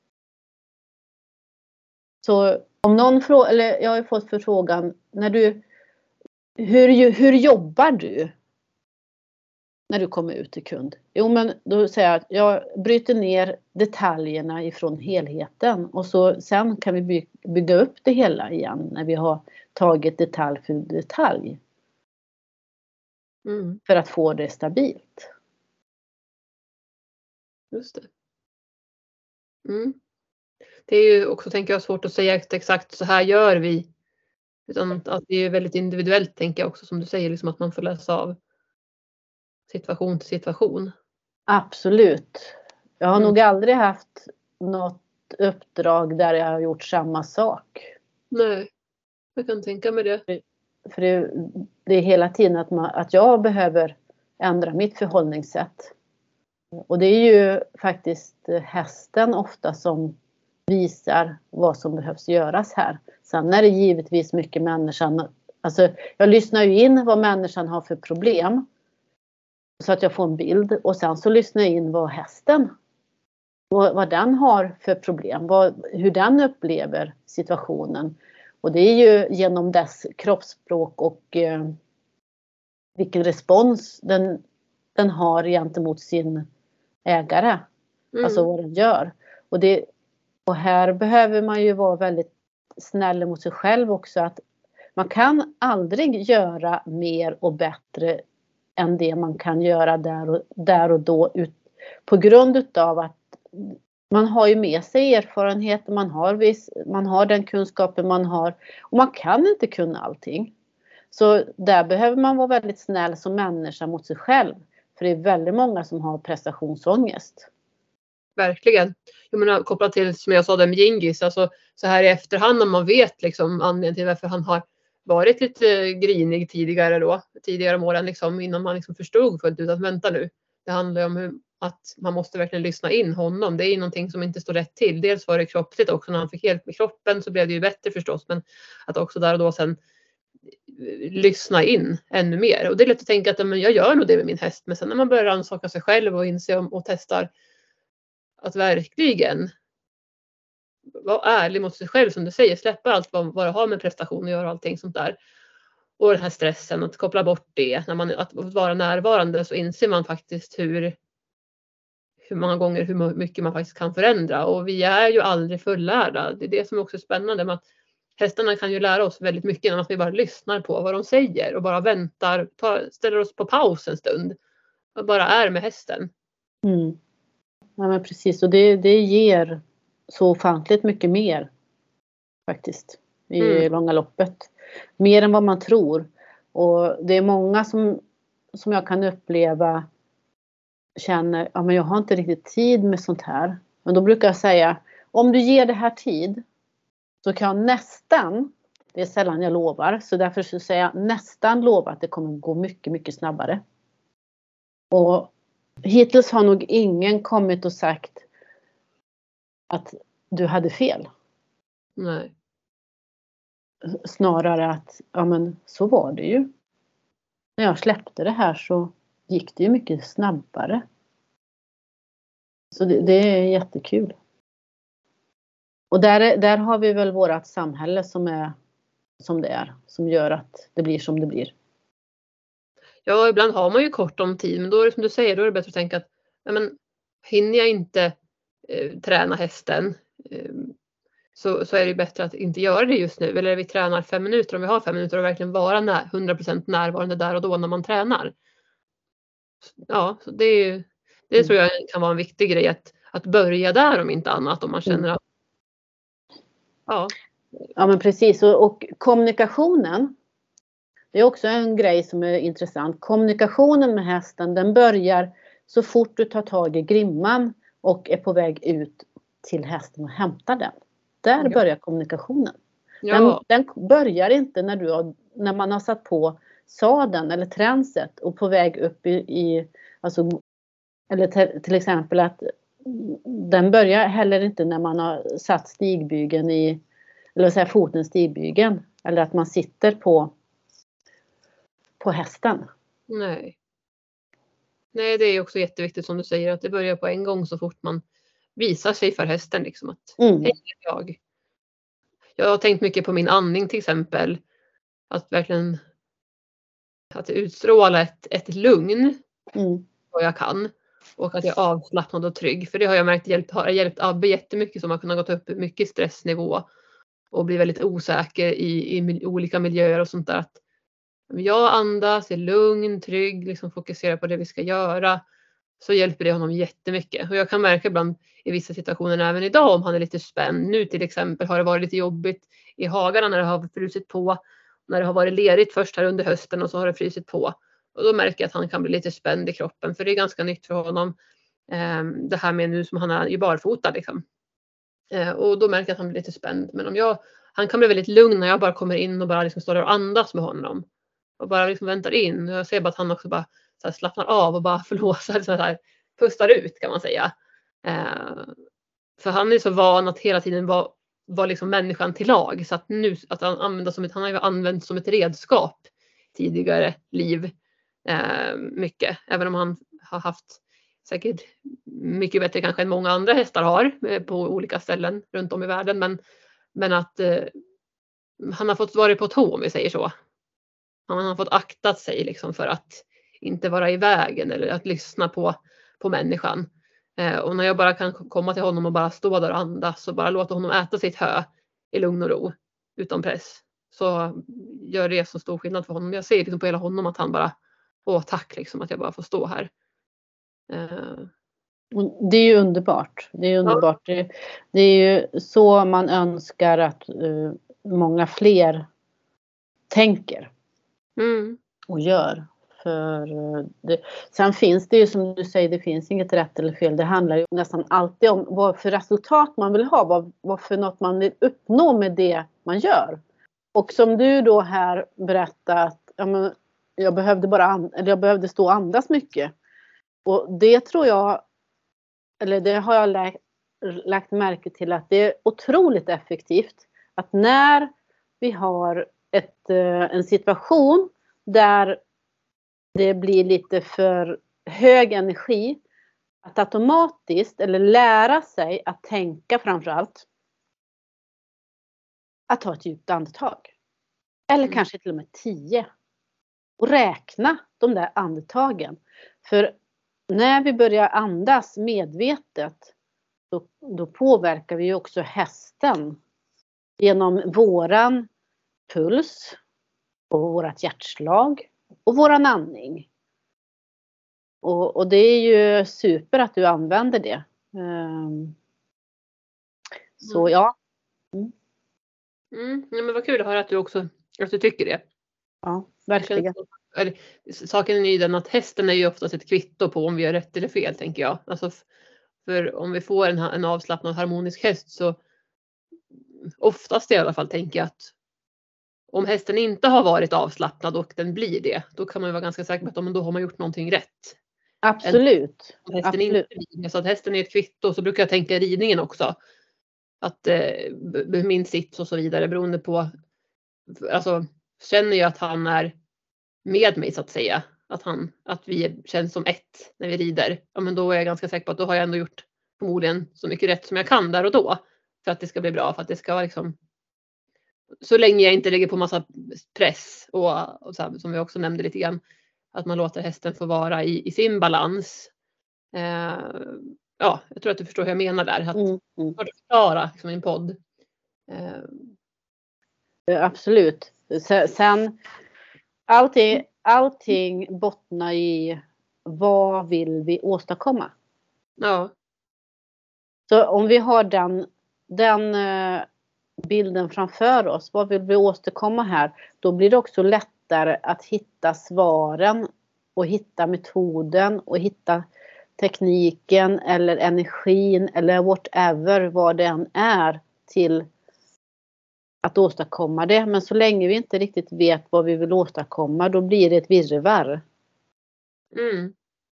Speaker 2: Så om någon frågar, eller jag har fått förfrågan, när du, hur, hur jobbar du när du kommer ut till kund? Jo, men då säger jag att jag bryter ner detaljerna ifrån helheten och så sen kan vi by, bygga upp det hela igen när vi har tagit detalj för detalj.
Speaker 1: Mm.
Speaker 2: För att få det stabilt.
Speaker 1: Just det. Mm. Det är ju också, tänker jag, svårt att säga exakt så här gör vi. Utan att det är väldigt individuellt, tänker jag också, som du säger, liksom att man får läsa av situation till situation.
Speaker 2: Absolut. Jag har
Speaker 1: Mm.
Speaker 2: nog aldrig haft något uppdrag där jag har gjort samma sak.
Speaker 1: Nej, jag kan tänka mig det.
Speaker 2: För det, det är hela tiden att, man, att jag behöver ändra mitt förhållningssätt. Och det är ju faktiskt hästen ofta som visar vad som behövs göras här. Sen är det givetvis mycket människan. Alltså jag lyssnar ju in vad människan har för problem. Så att jag får en bild. Och sen så lyssnar jag in vad hästen. Vad, vad den har för problem. Vad, hur den upplever situationen. Och det är ju genom dess kroppsspråk och eh, vilken respons den, den har gentemot sin ägare.
Speaker 1: Mm.
Speaker 2: Alltså vad den gör. Och, det, och här behöver man ju vara väldigt snäll mot sig själv också. Att man kan aldrig göra mer och bättre än det man kan göra där och, där och då. Ut, på grund utav att man har ju med sig erfarenhet. Man har, viss, man har den kunskapen man har. Och man kan inte kunna allting. Så där behöver man vara väldigt snäll som människa mot sig själv. För det är väldigt många som har prestationsångest.
Speaker 1: Verkligen. Jag menar, kopplat till, som jag sa, det med Gingis. Alltså, så här i efterhand när man vet liksom, anledningen till varför han har varit lite grinig tidigare då. Tidigare om åren liksom, innan man liksom förstod fullt ut att vänta nu. Det handlar ju om hur, att man måste verkligen lyssna in honom. Det är ju någonting som inte står rätt till. Dels var det kroppsligt också. När han fick hjälp med kroppen så blev det ju bättre förstås. Men att också där och då sen lyssna in ännu mer. Och det är lätt att tänka att men jag gör nog det med min häst. Men sen när man börjar ansaka sig själv och inse och testar att verkligen vara ärlig mot sig själv, som du säger, släppa allt vad, vad det har med prestation och göra allting sånt där. Och den här stressen, att koppla bort det. När man, att vara närvarande, så inser man faktiskt hur hur många gånger, hur mycket man faktiskt kan förändra. Och vi är ju aldrig fullärda. Det är det som också är spännande med att hästarna kan ju lära oss väldigt mycket genom att vi bara lyssnar på vad de säger och bara väntar, tar, ställer oss på paus en stund och bara är med hästen.
Speaker 2: Mm. Ja, men precis, och det, det ger så ofantligt mycket mer faktiskt i mm. långa loppet. Mer än vad man tror. Och det är många som, som jag kan uppleva känner, ja men jag har inte riktigt tid med sånt här. Men då brukar jag säga, om du ger det här tid så kan jag nästan, det är sällan jag lovar, så därför så säger jag nästan lova att det kommer gå mycket, mycket snabbare. Och hittills har nog ingen kommit och sagt att du hade fel.
Speaker 1: Nej.
Speaker 2: Snarare att, ja men så var det ju. När jag släppte det här så gick det ju mycket snabbare. Så det, det är jättekul. Och där, där har vi väl vårat samhälle som är som det är. Som gör att det blir som det blir.
Speaker 1: Ja, ibland har man ju kort om tid. Men då är det som du säger, då är det bättre att tänka att ja, men, hinner jag inte eh, träna hästen? Eh, så, så är det ju bättre att inte göra det just nu. Eller vi tränar fem minuter om vi har fem minuter och verkligen vara när, hundra procent närvarande där och då när man tränar. Ja, så det, är ju, det
Speaker 2: Mm.
Speaker 1: tror jag kan vara en viktig grej att, att börja där om inte annat. Om man känner
Speaker 2: Mm.
Speaker 1: att ja.
Speaker 2: Ja men precis och, och kommunikationen. Det är också en grej som är intressant. Kommunikationen med hästen den börjar så fort du tar tag i grimman och är på väg ut till hästen och hämtar den. Där
Speaker 1: Ja.
Speaker 2: börjar kommunikationen.
Speaker 1: Ja.
Speaker 2: Den, den börjar inte när, du har, när man har satt på sadeln eller tränset och på väg upp i, i alltså, eller till, till exempel att den börjar heller inte när man har satt stigbygeln i, eller säga foten i stigbygeln eller att man sitter på på hästen.
Speaker 1: Nej. Nej, det är också jätteviktigt som du säger att det börjar på en gång så fort man visar sig för hästen liksom att
Speaker 2: Mm.
Speaker 1: hej, jag. Jag har tänkt mycket på min andning till exempel. Att verkligen att utstråla ett, ett lugn
Speaker 2: Mm.
Speaker 1: vad jag kan. Och att jag är avslappnad och trygg. För det har jag märkt hjälpt, har hjälpt Abbe jättemycket som har kunnat gå upp mycket stressnivå. Och bli väldigt osäker i, i olika miljöer och sånt där. Att jag andas, är lugn, trygg, liksom fokuserar på det vi ska göra. Så hjälper det honom jättemycket. Och jag kan märka ibland i vissa situationer även idag om han är lite spänd. Nu till exempel har det varit lite jobbigt i hagarna när det har frusit på. När det har varit lerigt först här under hösten och så har det frusit på. Och då märker jag att han kan bli lite spänd i kroppen. För det är ganska nytt för honom. Det här med nu som han är i barfota liksom. Och då märker jag att han blir lite spänd. Men om jag, han kan bli väldigt lugn när jag bara kommer in och bara liksom står där och andas med honom. Och bara liksom väntar in. Jag ser bara att han också bara så här slappnar av och bara förlåsar, så här, pustar ut kan man säga. Eh, för han är så van att hela tiden vara var liksom människan till lag. Så att nu att han använder som ett, han har ju använt som ett redskap tidigare liv. Eh, mycket. Även om han har haft säkert mycket bättre kanske än många andra hästar har eh, på olika ställen runt om i världen. Men, men att eh, han har fått vara på tå om vi säger så. Han har fått aktat sig liksom för att inte vara i vägen eller att lyssna på, på människan. Eh, och när jag bara kan komma till honom och bara stå där och andas och bara låta honom äta sitt hö i lugn och ro utan press. Så gör det så stor skillnad för honom. Jag ser liksom på hela honom att han bara, åh tack liksom att jag bara får stå här. Eh.
Speaker 2: Det är ju underbart. Det är underbart. Ja. Det, det är ju så man önskar att uh, många fler tänker.
Speaker 1: Mm.
Speaker 2: Och gör. För det. Sen finns det ju som du säger, det finns inget rätt eller fel. Det handlar ju nästan alltid om vad för resultat man vill ha. Vad, vad för något man vill uppnå med det man gör. Och som du då här berättade att ja, men, jag, behövde bara and- eller jag behövde stå och andas mycket. Och det tror jag, eller det har jag lä- lagt märke till att det är otroligt effektivt. Att när vi har ett, en situation där det blir lite för hög energi, att automatiskt eller lära sig att tänka framförallt, att ta ett djupt andetag. Eller mm. kanske till och med tio. Och räkna de där andetagen. För när vi börjar andas medvetet, då, då påverkar vi ju också hästen genom våran puls och vårat hjärtslag och våran andning. Och, och det är ju super att du använder det. Um, så ja.
Speaker 1: Mm. Mm, ja, men vad kul att höra att du också att du tycker det.
Speaker 2: Ja, verkligen.
Speaker 1: Eller, saken är ju den att hästen är ju oftast ett kvitto på om vi gör rätt eller fel, tänker jag. Alltså, för om vi får en, en avslappnad harmonisk häst så oftast i alla fall tänker jag att om hästen inte har varit avslappnad och den blir det, då kan man vara ganska säker på att då har man gjort någonting rätt.
Speaker 2: Absolut.
Speaker 1: Om hästen
Speaker 2: Absolut.
Speaker 1: inte blir, så att hästen är ett kvitto, så brukar jag tänka i ridningen också. Att eh, min sits och så vidare beroende på, alltså känner jag att han är med mig så att säga, att han, att vi känns som ett när vi rider, ja men då är jag ganska säker på att då har jag ändå gjort förmodligen så mycket rätt som jag kan där och då för att det ska bli bra, för att det ska vara liksom, så länge jag inte lägger på massa press och, och så här, som vi också nämnde lite grann, att man låter hästen få vara i, i sin balans. Eh, ja, jag tror att du förstår hur jag menar där, att
Speaker 2: mm, mm.
Speaker 1: förklara liksom i en podd Eh.
Speaker 2: Absolut. Sen allting, allting bottnar i vad vill vi åstadkomma.
Speaker 1: Ja.
Speaker 2: Så om vi har den, den bilden framför oss, vad vill vi åstadkomma här? Då blir det också lättare att hitta svaren och hitta metoden och hitta tekniken eller energin eller whatever vad det än är till att åstadkomma det. Men så länge vi inte riktigt vet vad vi vill åstadkomma, då blir det ett virrvarr.
Speaker 1: Mm.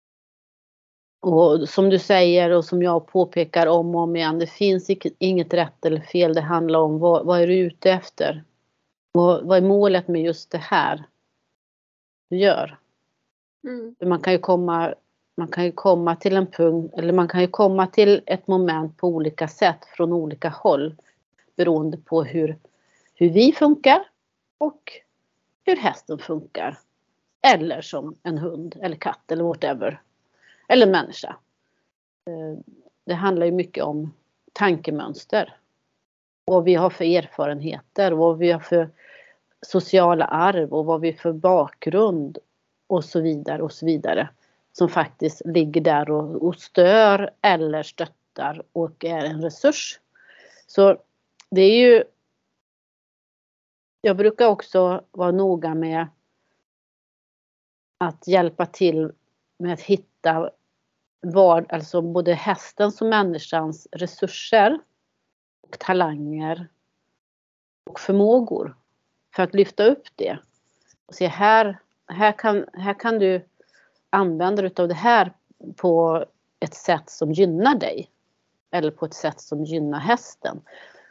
Speaker 2: Och som du säger och som jag påpekar om och om igen, det finns inget rätt eller fel. Det handlar om vad, vad är du ute efter? Vad, vad är målet med just det här du gör?
Speaker 1: Mm.
Speaker 2: Man kan ju komma, man kan ju komma till en punkt, eller man kan ju komma till ett moment på olika sätt från olika håll. Beroende på hur, hur vi funkar och hur hästen funkar. Eller som en hund eller katt eller whatever. Eller människa. Det handlar ju mycket om tankemönster. Vad vi har för erfarenheter. Vad vi har för sociala arv. Och vad vi har för bakgrund. Och så vidare och så vidare. Som faktiskt ligger där och, och stör eller stöttar. Och är en resurs. Så det är ju. Jag brukar också vara noga med. Att hjälpa till med att hitta. Vad, alltså både hästens och människans resurser och talanger och förmågor för att lyfta upp det och se här, här, kan, här kan du använda dig av det här på ett sätt som gynnar dig eller på ett sätt som gynnar hästen.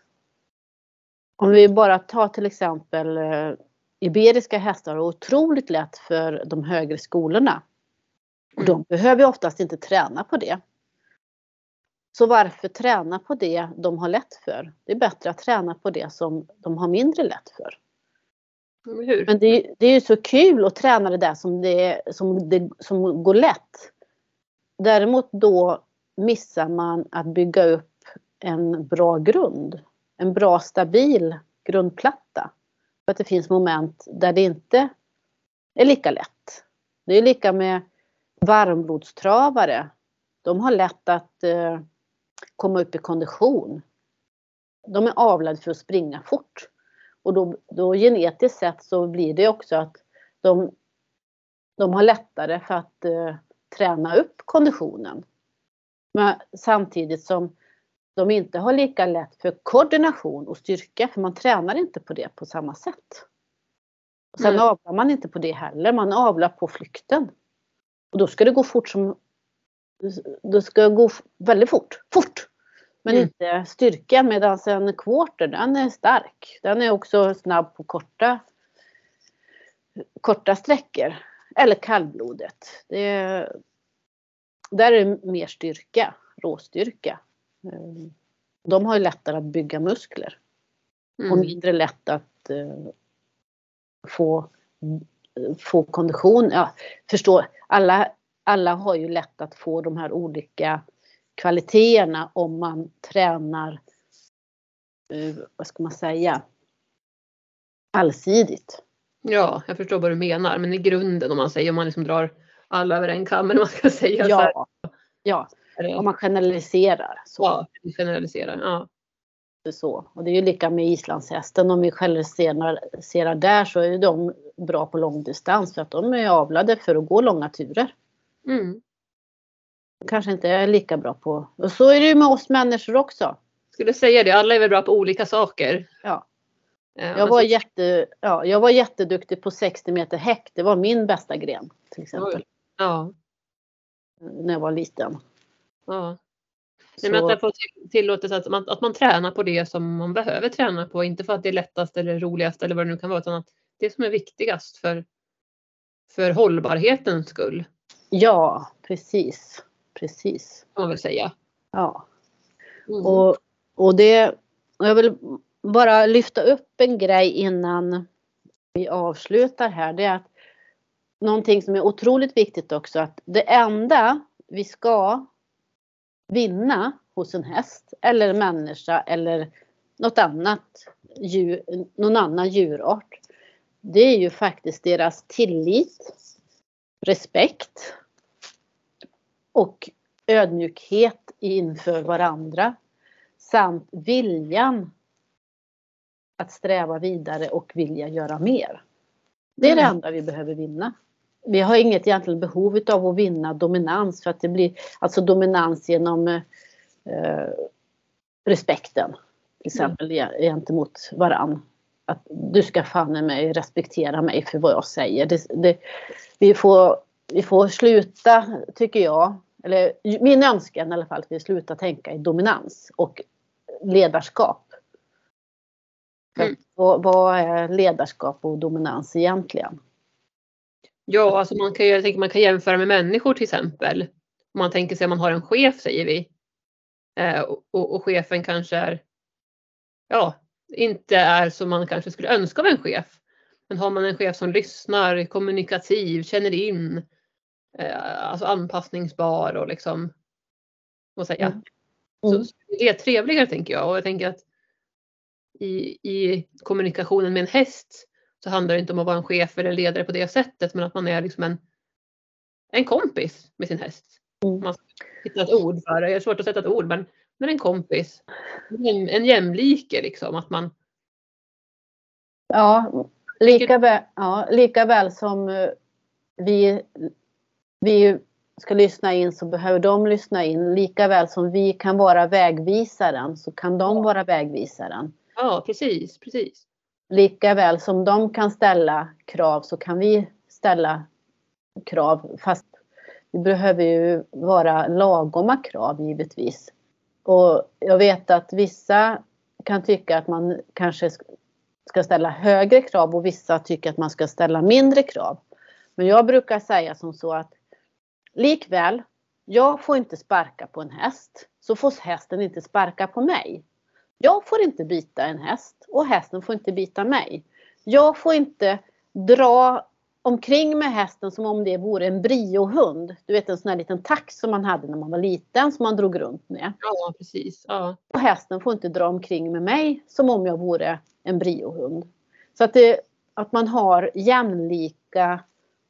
Speaker 2: Om vi bara tar till exempel iberiska hästar har otroligt lätt för de högre skolorna. Och de behöver oftast inte träna på det. Så varför träna på det de har lätt för? Det är bättre att träna på det som de har mindre lätt för.
Speaker 1: Hur?
Speaker 2: Men det, det är ju så kul att träna det där som, det, som, det, som går lätt. Däremot då missar man att bygga upp en bra grund. En bra stabil grundplatta. För att det finns moment där det inte är lika lätt. Det är lika med varmblodstravare. De har lätt att eh, komma upp i kondition. De är avlade för att springa fort. Och då, då genetiskt sett så blir det också att de, de har lättare för att eh, träna upp konditionen. Men samtidigt som de inte har lika lätt för koordination och styrka. För man tränar inte på det på samma sätt. Och sen mm. avlar man inte på det heller. Man avlar på flykten. Och då ska det gå fort som. Då ska det gå väldigt fort. Fort. Men mm. inte styrkan, medan en quarter, den är stark. Den är också snabb på korta. Korta sträckor. Eller kallblodet. Det är, där är det mer styrka. Råstyrka. De har ju lättare att bygga muskler. Mm. Och mindre lätt att uh, få, få kondition. Ja, förstå, alla, alla har ju lätt att få de här olika kvaliteterna om man tränar, uh, vad ska man säga, allsidigt.
Speaker 1: Ja, jag förstår vad du menar. Men i grunden, om man säger, om man liksom drar alla över en kam, eller man ska säga
Speaker 2: ja,
Speaker 1: så här.
Speaker 2: Ja, om man generaliserar. Så.
Speaker 1: Ja, generaliserar, ja.
Speaker 2: Så. Och det är ju lika med islandshästen. Om vi generaliserar där så är de bra på långdistans. För att de är avlade för att gå långa turer.
Speaker 1: Mm.
Speaker 2: Kanske inte är lika bra på. Och så är det ju med oss människor också.
Speaker 1: Skulle säga det, alla är väl bra på olika saker.
Speaker 2: Ja. Jag var, jätte, ja, jag var jätteduktig på sextio meter häck. Det var min bästa gren till exempel.
Speaker 1: Ja.
Speaker 2: När jag var liten.
Speaker 1: Ja. Nej, men att det får tillåtelse att man, att man tränar på det som man behöver träna på. Inte för att det är lättast eller roligast eller vad det nu kan vara. Utan att det som är viktigast för, för hållbarhetens skull.
Speaker 2: Ja, precis. Precis.
Speaker 1: Kan man väl säga.
Speaker 2: Ja. Mm. Och, och det, jag vill bara lyfta upp en grej innan vi avslutar här. Det är att någonting som är otroligt viktigt också. Att det enda vi ska vinna hos en häst eller en människa eller något annat djur, någon annan djurart. Det är ju faktiskt deras tillit, respekt och ödmjukhet inför varandra samt viljan att sträva vidare och vilja göra mer. Det är det enda vi behöver vinna. Vi har inget egentligen behov av att vinna dominans, för att det blir alltså dominans genom eh, respekten till exempel mm. gentemot varann. Att du ska fan mig respektera mig för vad jag säger. Det, det, vi, får, vi får sluta, tycker jag, eller min önskan i alla fall, att vi slutar tänka i dominans och ledarskap. Mm. Vad, vad är ledarskap och dominans egentligen?
Speaker 1: Ja, alltså man kan, jag tänker man kan jämföra med människor till exempel. Om man tänker sig att man har en chef, säger vi. Eh, och, och chefen kanske är, ja, inte är som man kanske skulle önska av en chef. Men har man en chef som lyssnar, kommunikativ, känner in, eh, alltså anpassningsbar och liksom, vad säga. Mm. Mm. Så det är trevligare, tänker jag. Och jag tänker att i, i kommunikationen med en häst så handlar det inte om att vara en chef eller ledare på det sättet, men att man är liksom en, en kompis med sin häst. Mm. Man ska hitta ett ord för det. Det är svårt att sätta ett ord, men, men en kompis. En, en jämlike liksom. Att man...
Speaker 2: Ja, lika väl, ja, lika väl som vi, vi ska lyssna in så behöver de lyssna in. Lika väl som vi kan vara vägvisaren så kan de vara vägvisaren.
Speaker 1: Ja, precis, precis.
Speaker 2: Lika väl som de kan ställa krav så kan vi ställa krav. Fast vi behöver ju vara lagoma krav givetvis. Och jag vet att vissa kan tycka att man kanske ska ställa högre krav och vissa tycker att man ska ställa mindre krav. Men jag brukar säga som så att likväl, jag får inte sparka på en häst, så får hästen inte sparka på mig. Jag får inte bita en häst och hästen får inte bita mig. Jag får inte dra omkring med hästen som om det vore en briohund. Du vet, en sån här liten tax som man hade när man var liten som man drog runt med.
Speaker 1: Ja, precis. Ja.
Speaker 2: Och hästen får inte dra omkring med mig som om jag vore en briohund. Så att, det, att man har jämlika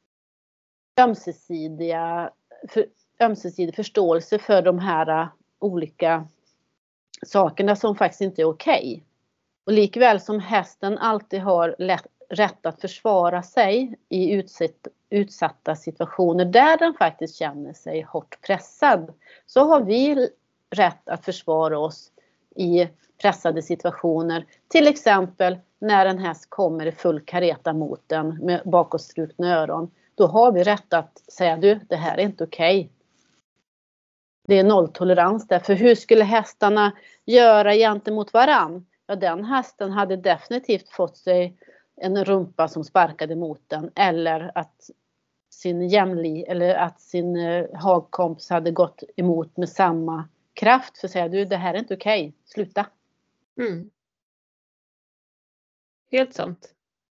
Speaker 2: ömsesidiga för, ömsesidig förståelse för de här olika sakerna som faktiskt inte är okej. Och likväl som hästen alltid har lätt, rätt att försvara sig i utsatt, utsatta situationer där den faktiskt känner sig hårt pressad, så har vi rätt att försvara oss i pressade situationer. Till exempel när en häst kommer i full kareta mot den med bakåtstrukna öron. Då har vi rätt att säga, du, det här är inte okej. Det är nolltolerans där. För hur skulle hästarna göra gentemot varann? Ja, den hästen hade definitivt fått sig en rumpa som sparkade mot den. Eller att sin jämli, eller att sin eh, hagkompis hade gått emot med samma kraft. För att säga, du, det här är inte okej. Sluta.
Speaker 1: Mm. Helt sant.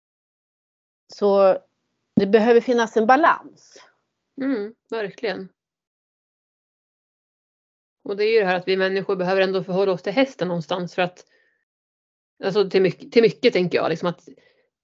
Speaker 2: Så det behöver finnas en balans.
Speaker 1: Mm, verkligen. Och det är ju det här att vi människor behöver ändå förhålla oss till hästen någonstans för att, alltså till mycket, till mycket tänker jag liksom att,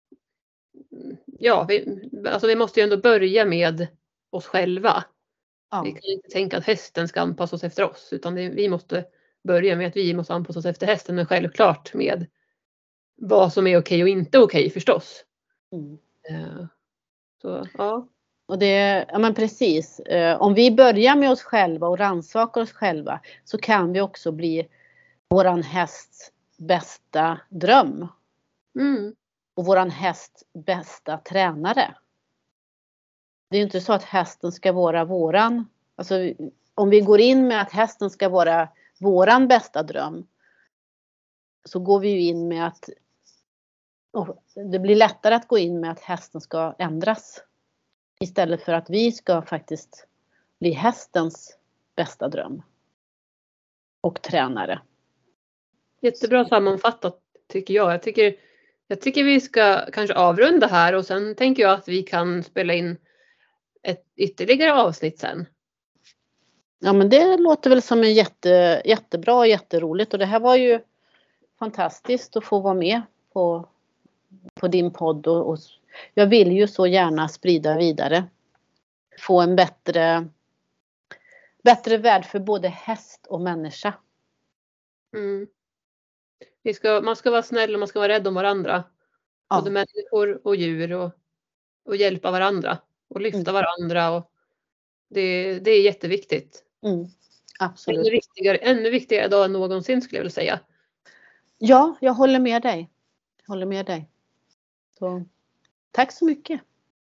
Speaker 1: ja, vi, alltså vi måste ju ändå börja med oss själva. Ja. Vi kan inte tänka att hästen ska anpassa oss efter oss, utan det, vi måste börja med att vi måste anpassa oss efter hästen, men självklart med vad som är okej och inte okej förstås. Mm. Uh, så, ja.
Speaker 2: Och det, ja men precis, eh, om vi börjar med oss själva och rannsakar oss själva så kan vi också bli våran hästs bästa dröm. Mm. Och våran hästs bästa tränare. Det är ju inte så att hästen ska vara våran, alltså om vi går in med att hästen ska vara våran bästa dröm, så går vi ju in med att oh, det blir lättare att gå in med att hästen ska ändras. Istället för att vi ska faktiskt bli hästens bästa dröm. Och tränare.
Speaker 1: Jättebra sammanfattat tycker jag. Jag tycker, jag tycker vi ska kanske avrunda här. Och sen tänker jag att vi kan spela in ett ytterligare avsnitt sen.
Speaker 2: Ja, men det låter väl som en jätte, jättebra och jätteroligt. Och det här var ju fantastiskt att få vara med på, på din podd. Och, och jag vill ju så gärna sprida vidare. Få en bättre, bättre värld för både häst och människa.
Speaker 1: Mm. Vi ska, man ska vara snäll och man ska vara rädd om varandra.
Speaker 2: Ja.
Speaker 1: Både människor och djur och, och hjälpa varandra. Och lyfta
Speaker 2: Mm.
Speaker 1: varandra. Och det, det är jätteviktigt.
Speaker 2: Mm. Absolut.
Speaker 1: Ännu viktigare, ännu viktigare idag än någonsin skulle jag vilja säga.
Speaker 2: Ja, jag håller med dig. Jag håller med dig. Så, tack så mycket.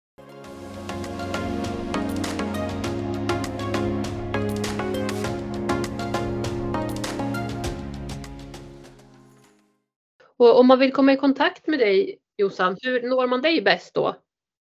Speaker 1: Och om man vill komma i kontakt med dig, Jossan, hur når man dig bäst då?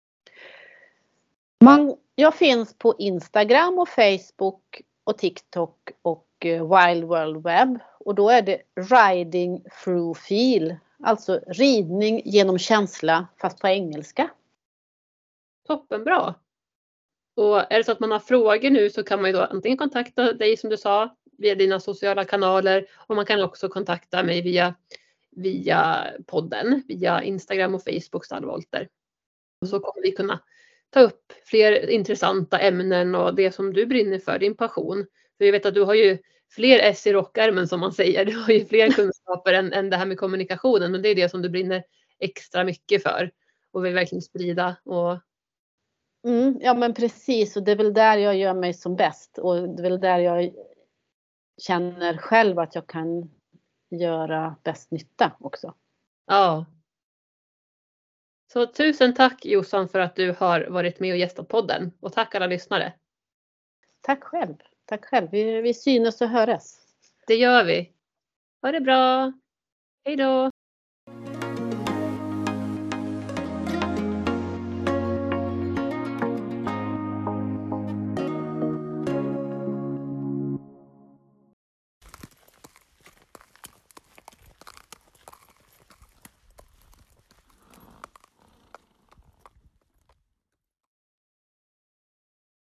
Speaker 2: Man, jag finns på Instagram och Facebook och TikTok och Wild World Web. Och då är det Riding Through Feel. Alltså ridning genom känsla fast på engelska.
Speaker 1: Toppenbra. Och är det så att man har frågor nu så kan man ju då antingen kontakta dig som du sa via dina sociala kanaler. Och man kan också kontakta mig via, via podden, via Instagram och Facebook Stallvolter. Och så kommer vi kunna ta upp fler intressanta ämnen och det som du brinner för, din passion. För jag vet att du har ju fler S i rockärmen som man säger. Du har ju fler kunskaper än, än det här med kommunikationen. Men det är det som du brinner extra mycket för. Och vill verkligen sprida. Och...
Speaker 2: Mm, ja men precis, och det är väl där jag gör mig som bäst. Och det är väl där jag känner själv att jag kan göra bäst nytta också.
Speaker 1: Ja. Så tusen tack Jossan för att du har varit med och gästat podden. Och tack alla lyssnare.
Speaker 2: Tack själv. Tack själv. Vi, vi synes och höres.
Speaker 1: Det gör vi. Ha det bra. Hej då.